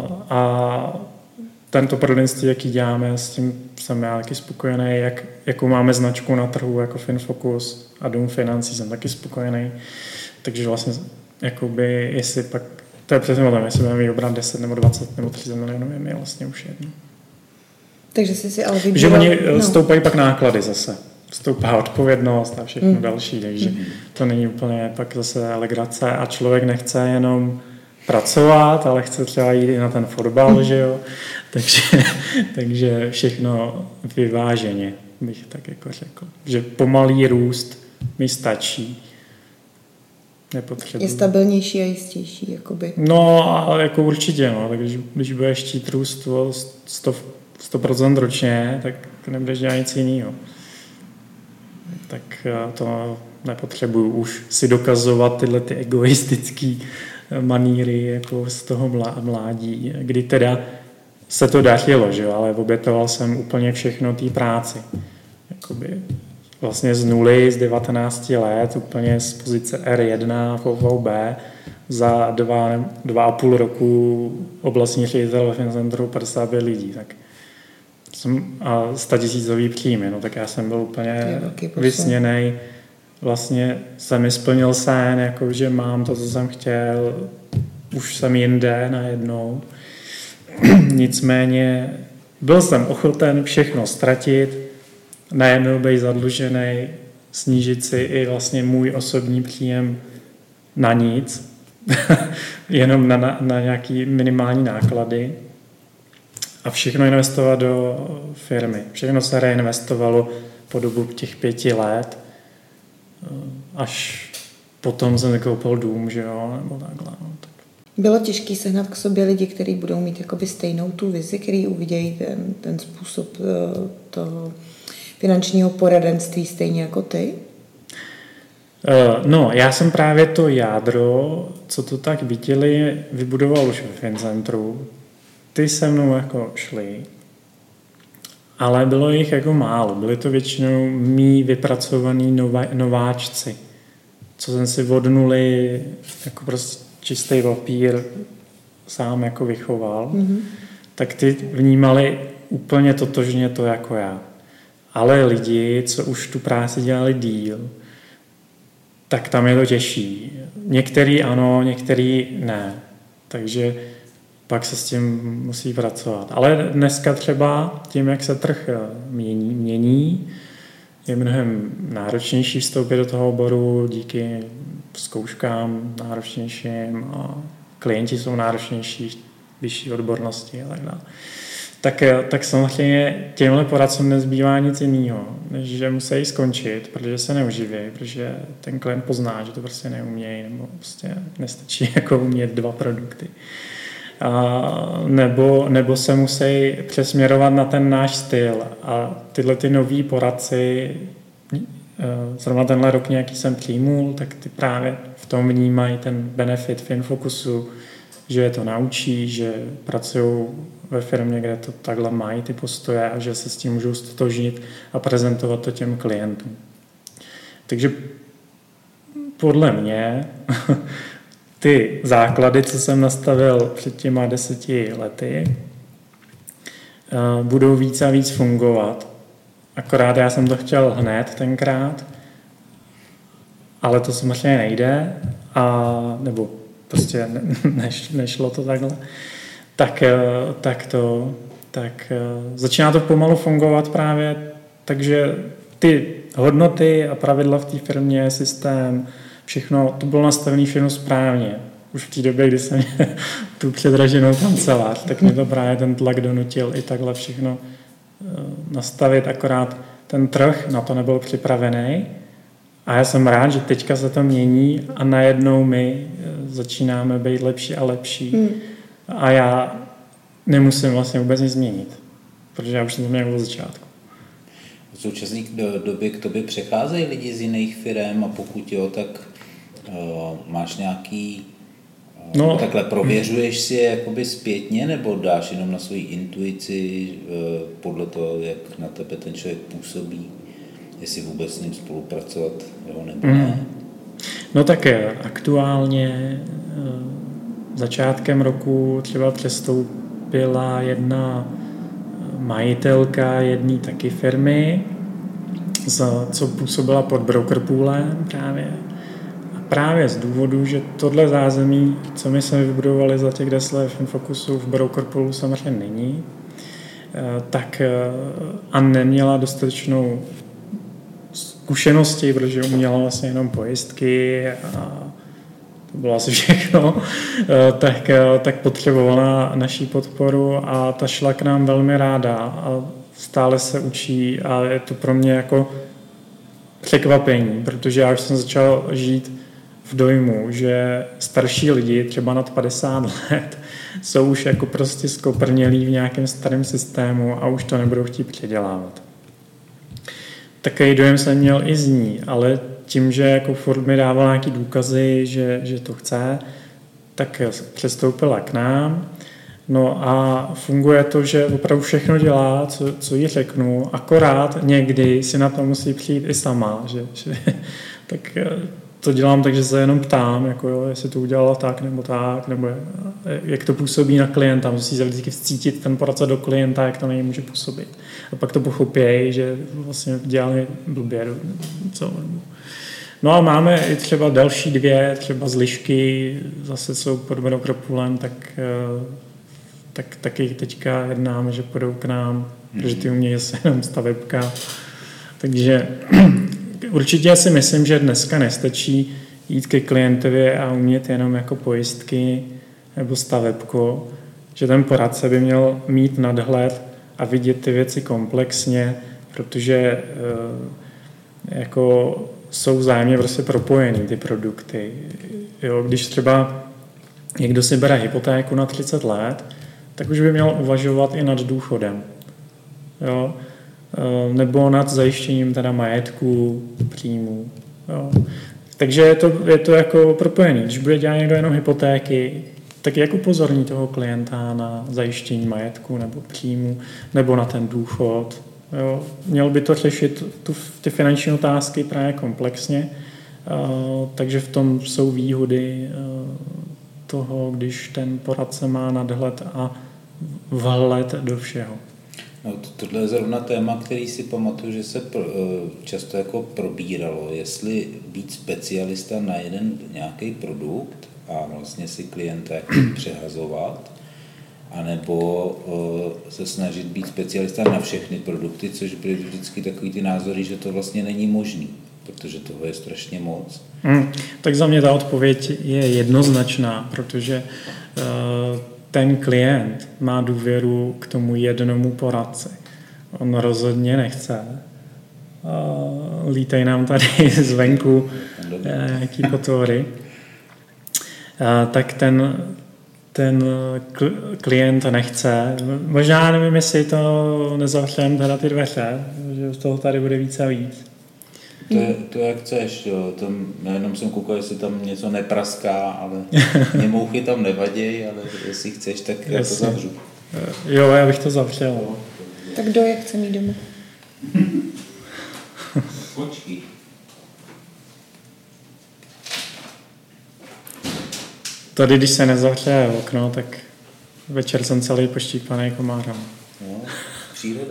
a tento prodejství, jaký děláme, s tím jsem já taky spokojený, jak, jakou máme značku na trhu jako Finfocus a Dům financí, jsem taky spokojený, takže vlastně jakoby, jestli pak to je přesně o tom, jestli budeme mít obrat deset nebo dvacet nebo třicet milionů, je mi vlastně už jedno. Takže jsi si ale vybíral... Že oni no. stoupají pak náklady zase. Stoupá odpovědnost a všechno mm. další, takže mm. to není úplně pak zase legrace a člověk nechce jenom pracovat, ale chce třeba jít i na ten fotbal, mm. že jo. Takže, takže všechno vyváženě, bych tak jako řekl. Že pomalý růst mi stačí. Nepotřebuji. Je stabilnější a jistější, jakoby. No, ale jako určitě, no. Tak když, když budeš chtít růst o sto procent ročně, tak nebudeš dělat nic jiného. Tak to nepotřebuju už si dokazovat tyhle ty egoistické maníry jako z toho mládí, kdy teda se to dařilo, že jo, ale obětoval jsem úplně všechno té práci. Jakoby vlastně z nuly, z devatenácti let, úplně z pozice R jedna v O V B, za dva, dva a půl roku oblastní ředitel ve Fincentru padesát pět lidí, tak a statisícový příjmy, no tak já jsem byl úplně vysněnej. Vlastně jsem mi splnil sen, jako že mám to, co jsem chtěl, už jsem jinde najednou. Nicméně byl jsem ochoten všechno ztratit, najednou být zadlužený, snížit si i vlastně můj osobní příjem na nic, jenom na, na, na nějaký minimální náklady a všechno investovat do firmy. Všechno se reinvestovalo po dobu těch pěti let, až potom jsem koupil dům, že jo, nebo takhle. No, tak. Bylo těžké sehnat k sobě lidi, kteří budou mít jakoby stejnou tu vizi, který uvidějí ten, ten způsob toho finančního poradenství stejně jako ty? No, já jsem právě to jádro, co to tak viděli, vybudoval už ve Fincentru. Ty se mnou jako šli, ale bylo jich jako málo. Byli to většinou mý vypracovaný nová, nováčci, co jsem si od nuly jako prostě čistý papír sám jako vychoval, mm-hmm. tak ty vnímali úplně totožně to jako já. Ale lidi, co už tu práci dělali díl, tak tam je to těžší. Některý ano, některý ne. Takže pak se s tím musí pracovat. Ale dneska třeba tím, jak se trh mění, mění je mnohem náročnější vstoupit do toho oboru díky zkouškám náročnějším a klienti jsou náročnější, vyšší odbornosti a tak dále. Tak, tak samozřejmě těmhle poradcům nezbývá nic jiného, než že musí skončit, protože se neuživí, protože ten klient pozná, že to prostě neumějí, nebo prostě nestačí jako umět dva produkty. A nebo, nebo se musí přesměrovat na ten náš styl a tyhle ty noví poradci, zrovna tenhle rok nějaký jsem přijmul, tak ty právě v tom vnímají ten benefit Finfocusu, že je to naučí, že pracují ve firmě, kde to takhle mají ty postoje a že se s tím můžou stotožnit a prezentovat to těm klientům. Takže podle mě ty základy, co jsem nastavil před těma deseti lety, budou víc a víc fungovat. Akorát já jsem to chtěl hned tenkrát, ale to samozřejmě nejde, a, nebo prostě ne, neš, nešlo to takhle. Tak, tak to, tak začíná to pomalu fungovat právě, takže ty hodnoty a pravidla v té firmě, systém, všechno, to bylo nastavené všechno správně. Už v té době, kdy jsem měl tu předraženou kancelář, tak mě to právě ten tlak donutil i takhle všechno nastavit, akorát ten trh na to nebyl připravený. A já jsem rád, že teďka se to mění a najednou my začínáme být lepší a lepší. Hmm. A já nemusím vlastně vůbec nic změnit, protože já už jsem to měl od začátku. V současné době k tobě přecházejí lidi z jiných firm a pokud jo, tak uh, máš nějaký, uh, no, takhle prověřuješ si je jakoby zpětně nebo dáš jenom na svoji intuici uh, podle toho, jak na tebe ten člověk působí, jestli vůbec s ním spolupracovat, jo, nebo mm. ne? No tak aktuálně začátkem roku třeba přestoupila jedna majitelka jedné taky firmy, co působila pod brokerpoolem právě. A právě z důvodu, že tohle zázemí, co my jsme vybudovali za těch deset let v Finfocusu, v brokerpoolu samozřejmě není, tak a neměla dostatečnou zkušenosti, protože uměla vlastně jenom pojistky a to bylo asi všechno, tak, tak potřebovala naší podporu a ta šla k nám velmi ráda a stále se učí a je to pro mě jako překvapení, protože já už jsem začal žít v dojmu, že starší lidi, třeba nad padesát let, jsou už jako prostě skoprnělí v nějakém starém systému a už to nebudou chtít předělávat. Takový dojem jsem měl i z ní, ale tím, že jako furt mi dával nějaký důkazy, že, že to chce, tak přestoupila k nám. No a funguje to, že opravdu všechno dělá, co, co jí řeknu, akorát někdy si na to musí přijít i sama. Že, že, tak to dělám tak, že se jenom ptám, jako jo, jestli to udělala tak nebo tak, nebo jak to působí na klienta. Musí se vždycky vcítit ten poradce do klienta, jak to na něj může působit. A pak to pochopějí, že vlastně dělali blbě. Co? No a máme i třeba další dvě, třeba z lišky, zase jsou pod Monokropulem, tak, tak taky teďka jednáme, že půjdou k nám, mm. protože ty umějí zase jenom stavebka. Takže určitě si myslím, že dneska nestačí jít ke klientovi a umět jenom jako pojistky nebo stavebko, že ten poradce by měl mít nadhled a vidět ty věci komplexně, protože jako jsou vzájemně prostě propojený ty produkty. Jo, když třeba někdo si bere hypotéku na třicet let, tak už by měl uvažovat i nad důchodem. Jo? Nebo nad zajištěním teda majetku, příjmů. Jo? Takže je to, je to jako propojený. Když bude dělat někdo jenom hypotéky, tak jak upozorní toho klienta na zajištění majetku nebo příjmu, nebo na ten důchod. Jo? Měl by to řešit tu, ty finanční otázky právě komplexně, uh, takže v tom jsou výhody uh, toho, když ten poradce má nadhled a vhled do všeho. No, tohle je zrovna téma, který si pamatuju, že se pro, často jako probíralo, jestli být specialista na jeden nějaký produkt a vlastně si klienta přehazovat, anebo uh, se snažit být specialista na všechny produkty, což byly vždycky takový ty názory, že to vlastně není možný, protože toho je strašně moc. Hmm, tak za mě ta odpověď je jednoznačná, protože uh, ten klient má důvěru k tomu jednomu poradci. On rozhodně nechce. Uh, lítej nám tady zvenku uh, jaký potvory. Uh, tak ten ten klient nechce. Možná nevím, jestli to nezavřeme teda ty dveře, že z toho tady bude víc a víc. To je, to jak chceš, jo. Tam, já jenom jsem koukal, jestli tam něco nepraská, ale mě mouchy tam nevadějí, ale jestli chceš, tak já to zavřu. Jo, já bych to zavřel. Tak kdo je chce mít doma? Kočky. Tady, když se nezavře okno, tak večer jsem celý poštípaný komářem. No, příroda.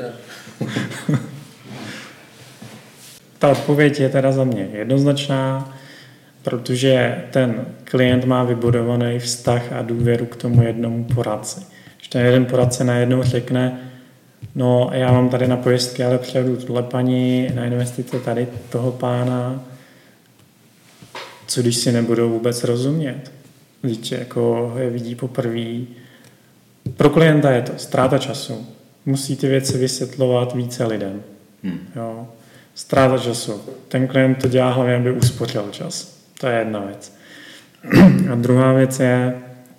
Ta odpověď je teda za mě jednoznačná, protože ten klient má vybudovaný vztah a důvěru k tomu jednomu poradci. Když ten jeden poradce najednou řekne, no já mám tady na pojistky, ale přejdu tuhle paní, na investice tady toho pána, co když si nebudou vůbec rozumět? Víte, jako je vidí poprvé. Pro klienta je to ztráta času. Musí ty věci vysvětlovat více lidem. Hmm. Jo. Ztráta času. Ten klient to dělá hlavně, aby uspořil čas. To je jedna věc. A druhá věc je,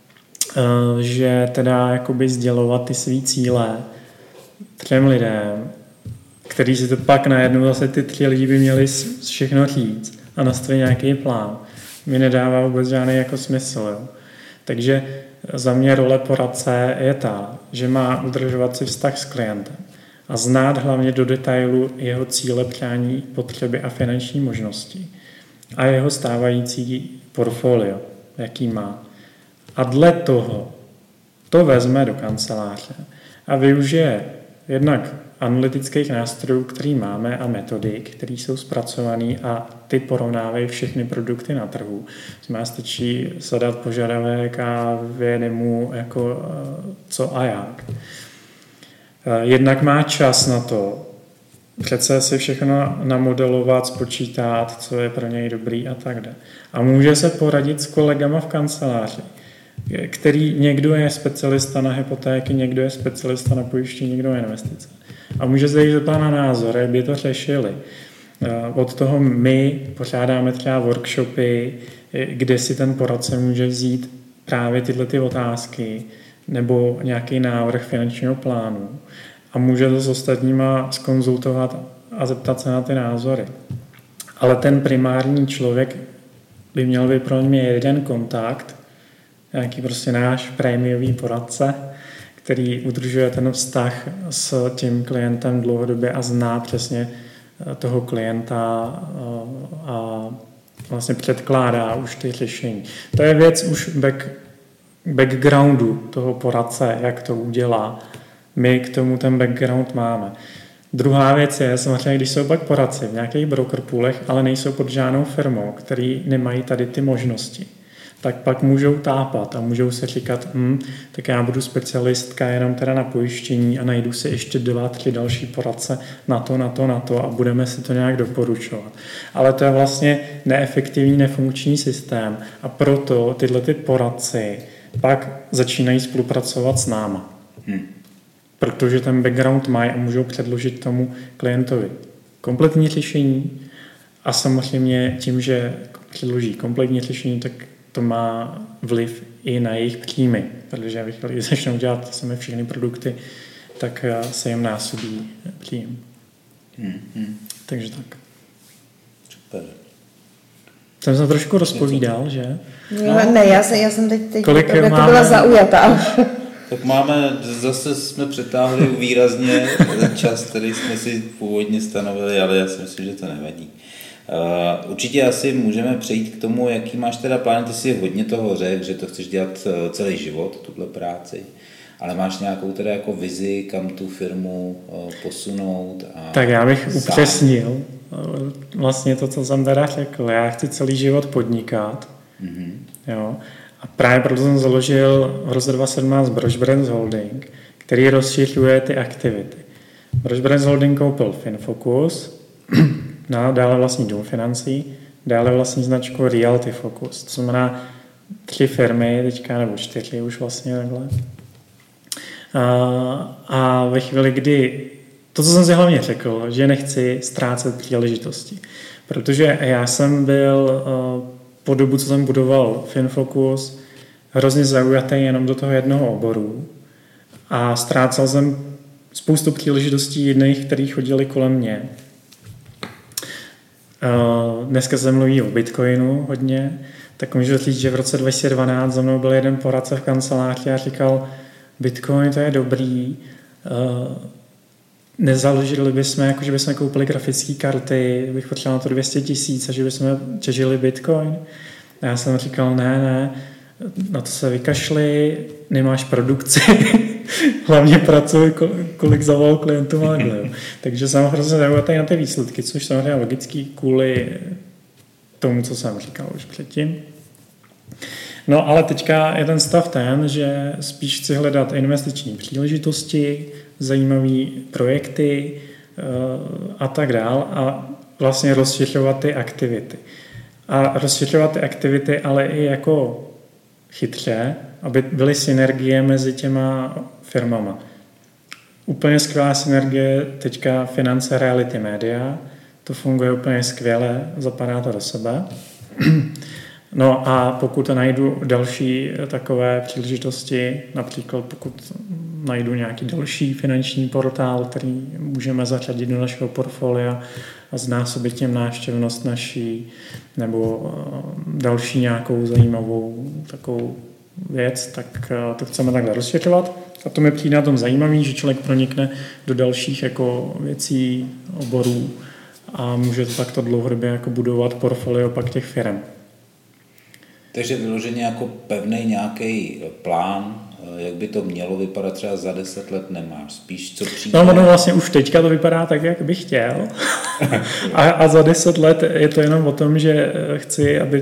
že teda jakoby sdělovat ty svý cíle třem lidem, kteří si to pak najednou zase ty tři lidi by měli všechno říct a nastavit nějaký plán. Mi nedává vůbec žádný jako smysl. Jo. Takže za mě role poradce je ta, že má udržovat si vztah s klientem a znát hlavně do detailu jeho cíle, přání, potřeby a finanční možnosti a jeho stávající portfolio, jaký má. A dle toho to vezme do kanceláře a využije jednak analytických nástrojů, který máme a metodik, které jsou zpracované a ty porovnávají všechny produkty na trhu. Znamená, stačí zadat požadavek a vyjede mu jako co a jak. Jednak má čas na to, přece si všechno namodelovat, spočítat, co je pro něj dobrý a tak dále. A může se poradit s kolegama v kanceláři, který někdo je specialista na hypotéky, někdo je specialista na pojištění, někdo je investice. A může se jich zeptat na názor, jak by to řešili. Od toho my pořádáme třeba workshopy, kde si ten poradce může vzít právě tyhle ty otázky nebo nějaký návrh finančního plánu a může to s ostatníma zkonzultovat a zeptat se na ty názory. Ale ten primární člověk by měl být pro mě jeden kontakt, nějaký prostě náš prémiový poradce, který udržuje ten vztah s tím klientem dlouhodobě a zná přesně toho klienta a vlastně předkládá už ty řešení. To je věc už back, backgroundu toho poradce, jak to udělá. My k tomu ten background máme. Druhá věc je, samozřejmě, když jsou pak poradci v nějakých broker poolech, ale nejsou pod žádnou firmou, který nemají tady ty možnosti, tak pak můžou tápat a můžou se říkat, hm, tak já budu specialistka jenom teda na pojištění a najdu si ještě dva, tři další poradce na to, na to, na to a budeme si to nějak doporučovat. Ale to je vlastně neefektivní, nefunkční systém a proto tyhle ty poradci pak začínají spolupracovat s náma. Hmm. Protože ten background mají a můžou předložit tomu klientovi kompletní řešení a samozřejmě tím, že předloží kompletní řešení, tak to má vliv i na jejich příjmy, protože když začnou dělat sami všechny produkty, tak se jim násobí příjem. Hmm, hmm. Takže tak. Super. Jsem se trošku rozpovídal, že? No, ne, já jsem, já jsem teď, teď Kolik jako máme... byla zaujatá. Tak máme, zase jsme přetáhli výrazně čas, který jsme si původně stanovili, ale já si myslím, že to nevadí. Uh, určitě asi můžeme přejít k tomu, jaký máš teda plán. Ty si hodně toho řekl, že to chceš dělat celý život, tuhle práci, ale máš nějakou teda jako vizi, kam tu firmu uh, posunout? A tak já bych sám upřesnil vlastně to, co jsem teda řekl. Já chci celý život podnikat. Mm-hmm. Jo. A právě proto jsem založil v roce dva tisíce sedmnáct Brož Brands Holding, který rozšiřuje ty aktivity. Brož Brands Holding koupil Finfocus, no, dále vlastní Dům financí, dále vlastní značku Realty Focus. To znamená tři firmy, teďka nebo čtyři už vlastně takhle. A, a ve chvíli, kdy to, co jsem si hlavně řekl, že nechci ztrácet příležitosti. Protože já jsem byl po dobu, co jsem budoval Finfocus, hrozně zaujatý jenom do toho jednoho oboru a ztrácel jsem spoustu příležitostí jiných, kteří chodili kolem mě. Dneska se mluví o Bitcoinu hodně, tak můžu říct, že v roce dva tisíce dvanáct za mnou byl jeden poradce v kanceláři a říkal, Bitcoin to je dobrý, nezaložili bychom, jako že bychom koupili grafické karty, bych potřeboval na to dvě stě tisíc a že bychom těžili Bitcoin. A já jsem říkal, ne, ne, na to se vykašli, nemáš produkci, hlavně pracuji, kolik zavolal klientů a takhle. Takže jsem hrozně zaujatý na ty výsledky, což samozřejmě logický kvůli tomu, co jsem říkal už předtím. No ale teďka je ten stav ten, že spíš chci hledat investiční příležitosti, zajímavé projekty a tak dál a vlastně rozšiřovat ty aktivity. A rozšiřovat ty aktivity, ale i jako chytře, aby byly synergie mezi těma firmama. Úplně skvělá synergie teďka finance, reality, media. To funguje úplně skvěle, zapadá to do sebe. No a pokud najdu další takové příležitosti, například pokud najdu nějaký další finanční portál, který můžeme zařadit do našeho portfolia a znásobit tím návštěvnost naší, nebo další nějakou zajímavou takovou věc, tak to chceme takhle rozšiřovat. A to mi přijde na tom zajímavý, že člověk pronikne do dalších jako věcí, oborů a může to takto dlouhodobě jako budovat portfolio pak těch firm. Takže vyloženě jako pevný nějaký plán, jak by to mělo vypadat třeba za deset let nemáš, spíš co přijde? No, no vlastně už teďka to vypadá tak, jak bych chtěl. a, a za deset let je to jenom o tom, že chci, aby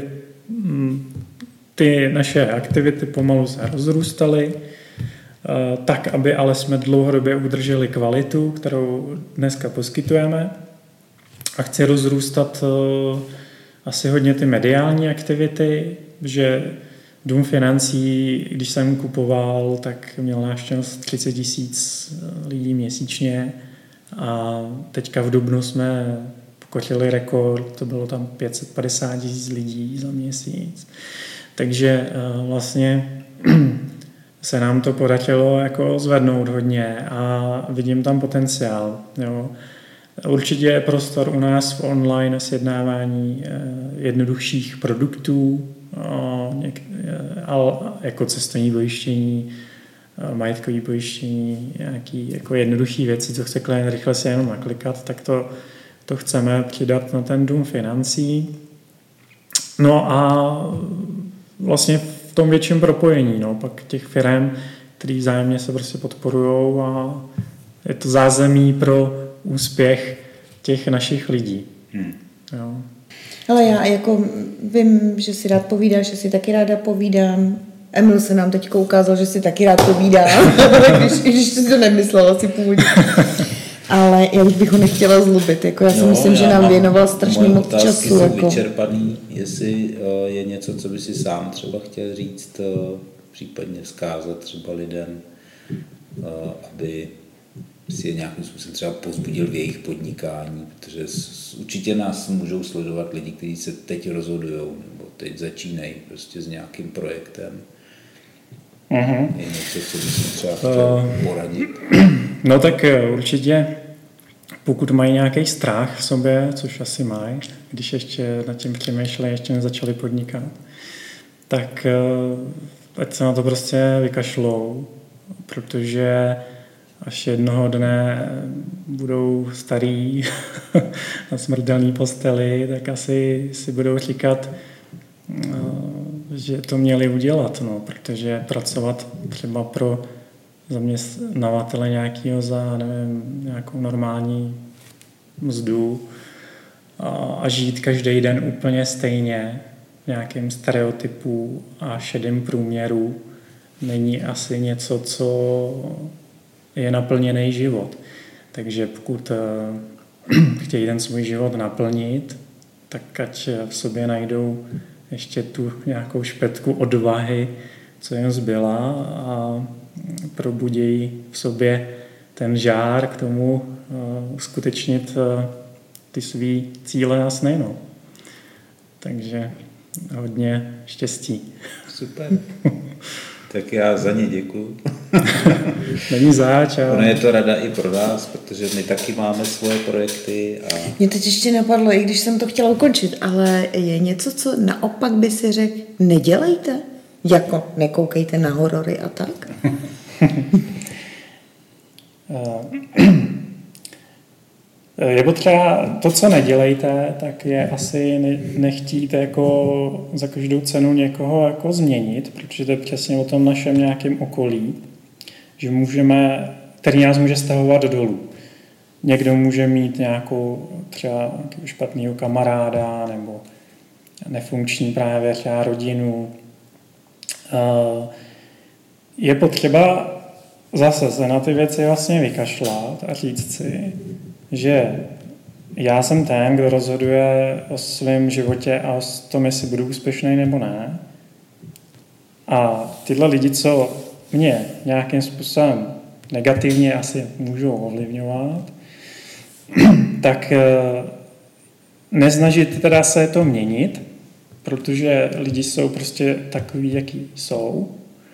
ty naše aktivity pomalu se rozrůstaly, tak, aby ale jsme dlouhodobě udrželi kvalitu, kterou dneska poskytujeme. A chci rozrůstat asi hodně ty mediální aktivity, že Dům financí, když jsem kupoval, tak měl návštěvnost třicet tisíc lidí měsíčně a teďka v dubnu jsme pokořili rekord, to bylo tam pět set padesát tisíc lidí za měsíc. Takže vlastně se nám to podařilo jako zvednout hodně a vidím tam potenciál. Jo. Určitě je prostor u nás v online sjednávání jednodušších produktů, ale jako cestovní pojištění, majetkové pojištění, nějaké jako jednoduché věci, co chce klient rychle si jenom naklikat, tak to, to chceme přidat na ten Dům financí. No a vlastně v tom větším propojení, no, pak těch firem, který vzájemně se prostě podporujou a je to zázemí pro úspěch těch našich lidí. Hmm. Jo. Ale já jako vím, že si rád povídáš, že si taky ráda povídám. Emil se nám teď ukázal, že si taky rád povídá, když, když si to nemyslela si původně. Ale já už bych ho nechtěla zlobit. Jako já si no, myslím, že nám věnoval strašně moc času. Moje jako. vyčerpaný, jestli uh, je něco, co by si sám třeba chtěl říct, uh, případně vzkázat třeba lidem, uh, aby si je nějakým způsobem třeba povzbudil v jejich podnikání, protože s, určitě nás můžou sledovat lidi, kteří se teď rozhodují nebo teď začínají prostě s nějakým projektem. Mm-hmm. Je něco, co by si třeba chtěl uh, poradit? No tak určitě, pokud mají nějaký strach v sobě, což asi mají, když ještě nad tím přemýšlejí, ještě nezačali podnikat, tak ať se na to prostě vykašlou, protože až jednoho dne budou starý na smrtelné posteli, tak asi si budou říkat, že to měli udělat, no, protože pracovat třeba pro zaměstnavatele nějakého za, nevím, nějakou normální mzdu a, a žít každý den úplně stejně, nějakým stereotypů a šedým průměru není asi něco, co je naplněný život. Takže pokud chtějí ten svůj život naplnit, tak ať v sobě najdou ještě tu nějakou špetku odvahy, co jim zbyla a probudějí v sobě ten žár k tomu uh, uskutečnit uh, ty svý cíle a sny. No. Takže hodně štěstí. Super. Tak já za ně děkuju. Není zač. A... Ono je to rada i pro vás, protože my taky máme svoje projekty. A... Mě teď ještě napadlo, i když jsem to chtěla ukončit, ale je něco, co naopak by si řekl, nedělejte? Jako nekoukejte na horory a tak? Je potřeba, to, co nedělejte, tak je asi nechtít jako za každou cenu někoho jako změnit, protože to je přesně o tom našem nějakém okolí, že můžeme, který nás může stahovat dolů. Někdo může mít nějakou třeba špatného kamaráda nebo nefunkční právě třeba rodinu. Je potřeba zase se na ty věci vlastně vykašlat a říct si, že já jsem ten, kdo rozhoduje o svém životě a o tom, jestli budu úspěšný nebo ne. A tyhle lidi, co mě nějakým způsobem negativně asi můžou ovlivňovat, tak nesnažit teda se to měnit, protože lidi jsou prostě takový, jaký jsou.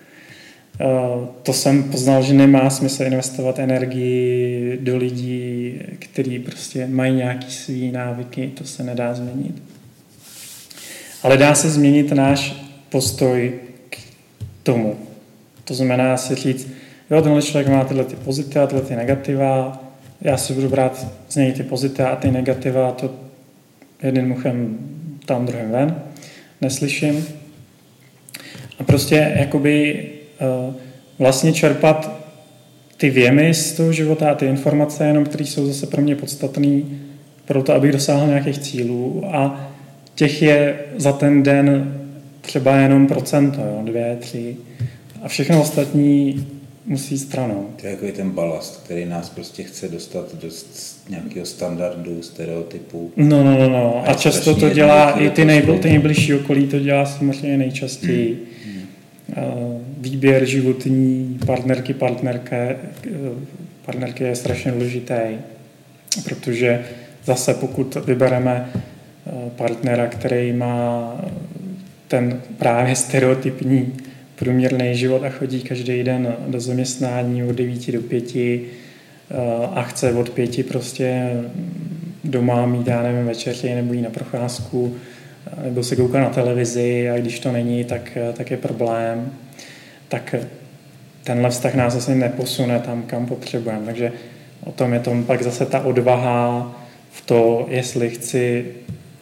To jsem poznal, že nemá smysl investovat energii do lidí, kteří prostě mají nějaký svý návyky, to se nedá změnit. Ale dá se změnit náš postoj k tomu. To znamená si říct, jo, tenhle člověk má tyhle ty pozitiva, tyhle ty negativa, já si budu brát z něj ty pozitiva a ty negativa, to jedným uchem tam, druhým ven, neslyším. A prostě jakoby vlastně čerpat ty věmy z toho života a ty informace, jenom které jsou zase pro mě podstatné pro to, abych dosáhl nějakých cílů a těch je za ten den třeba jenom procento, jo, dvě, tři a všechno ostatní musí stranou. To je jako ten balast, který nás prostě chce dostat do nějakého standardu, stereotypu. No, no, no, no. A, a často to dělá i ty, nejbl, ty nejbližší okolí, to dělá samozřejmě nejčastěji. Hmm. Hmm. Výběr životní partnerky, partnerky, partnerky je strašně důležitý, protože zase pokud vybereme partnera, který má ten právě stereotypní průměrný život a chodí každý den do zaměstnání od devíti do pěti a chce od pěti prostě doma mít, já nevím, večeři nebo jít na procházku nebo se koukat na televizi a když to není, tak, tak je problém. Tak tenhle vztah nás zase neposune tam, kam potřebujeme. Takže o tom je tom pak zase ta odvaha v to, jestli chci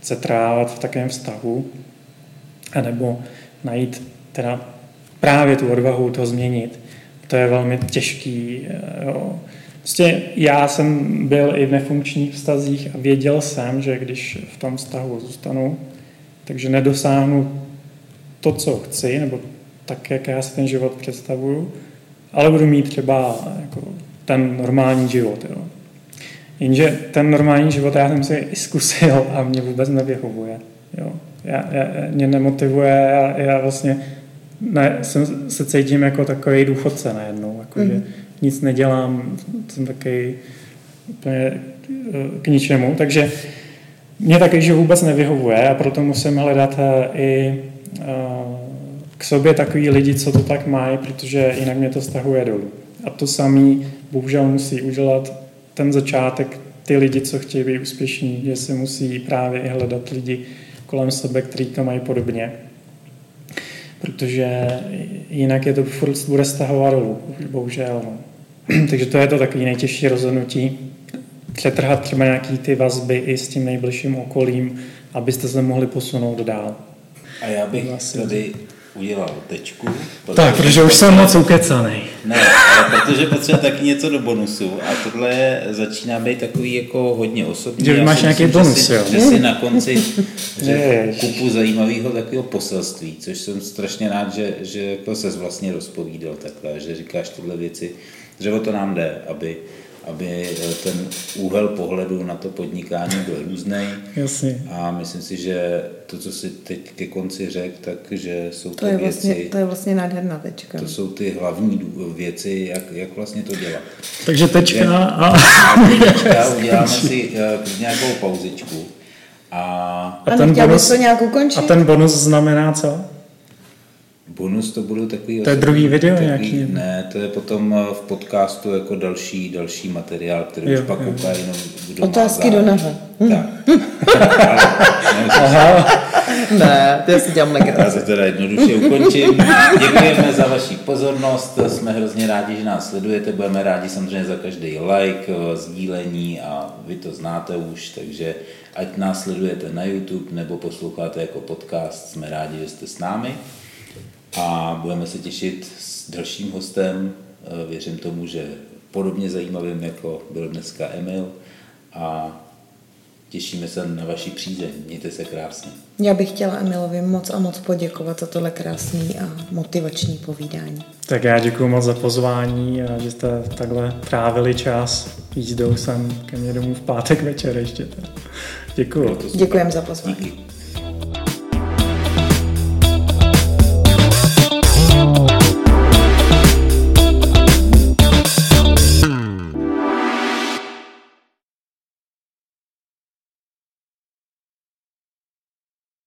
setrávat v takovém vztahu, anebo najít teda právě tu odvahu to změnit. To je velmi těžký. Jo. Prostě já jsem byl i v nefunkčních vztazích a věděl jsem, že když v tom vztahu zůstanu, takže nedosáhnu to, co chci, nebo tak, jak já si ten život představuju, ale budu mít třeba jako ten normální život. Jo. Jenže ten normální život já jsem si i zkusil a mě vůbec nevyhovuje. Jo. Já, já, mě nemotivuje, já, já vlastně ne, jsem, se cítím jako takový důchodce najednou, jako, mm. že nic nedělám, jsem takový úplně k ničemu, takže mě taky, že vůbec nevyhovuje a proto musím hledat i k sobě takový lidi, co to tak mají, protože jinak mě to stahuje dolů. A to samý bohužel musí udělat ten začátek ty lidi, co chtějí být úspěšní, že si musí právě i hledat lidi kolem sebe, kteří to mají podobně. Protože jinak je to furt bude stahovat dolů, bohužel. No. Takže to je to takový nejtěžší rozhodnutí. Přetrhat třeba nějaký ty vazby i s tím nejbližším okolím, abyste se mohli posunout dál. A já bych vlastně tady udělal tečku. Protože tak, protože už jsem moc ukecanej. Ne, ale protože potřebuje taky něco do bonusu a tohle je, začíná být takový jako hodně osobní. Že máš nějaký myslím, bonus, že si, jo? Že si na konci řekl kupu zajímavého takového poselství, což jsem strašně rád, že, že jako ses vlastně rozpovídal takhle, že říkáš tyhle věci, že o to nám jde, aby aby ten úhel pohledu na to podnikání byl různej. Jasně. A myslím si, že to, co si teď ke konci řekl, takže jsou to ty je věci... Vlastně, to je vlastně nádherná tečka. To jsou ty hlavní věci, jak, jak vlastně to dělat. Takže tečka a... Tečka, uděláme si uh, nějakou pauzičku. A, a, ten bonus, to nějak ukončit? A ten bonus znamená co? Bonus to budou takový... To je druhý video takový, nějaký? Ne, to je potom v podcastu jako další, další materiál, který jo, už pak kouká jenom kdo otázky do naha. Tak. Aha. Ne, to já si dělám legraci. Já se teda jednoduše ukončím. Děkujeme za vaši pozornost, jsme hrozně rádi, že nás sledujete, budeme rádi samozřejmě za každý like, sdílení a vy to znáte už, takže ať nás sledujete na YouTube nebo posloucháte jako podcast, jsme rádi, že jste s námi. A budeme se těšit s dalším hostem, věřím tomu, že podobně zajímavým, jako byl dneska Emil, a těšíme se na vaši přízeň. Mějte se krásně. Já bych chtěla Emilovi moc a moc poděkovat za tohle krásný a motivační povídání. Tak já děkuji moc za pozvání a že jste takhle trávili čas jízdou sem ke mně domů v pátek večer ještě. Děkuji. Děkujeme za pozvání. Díky.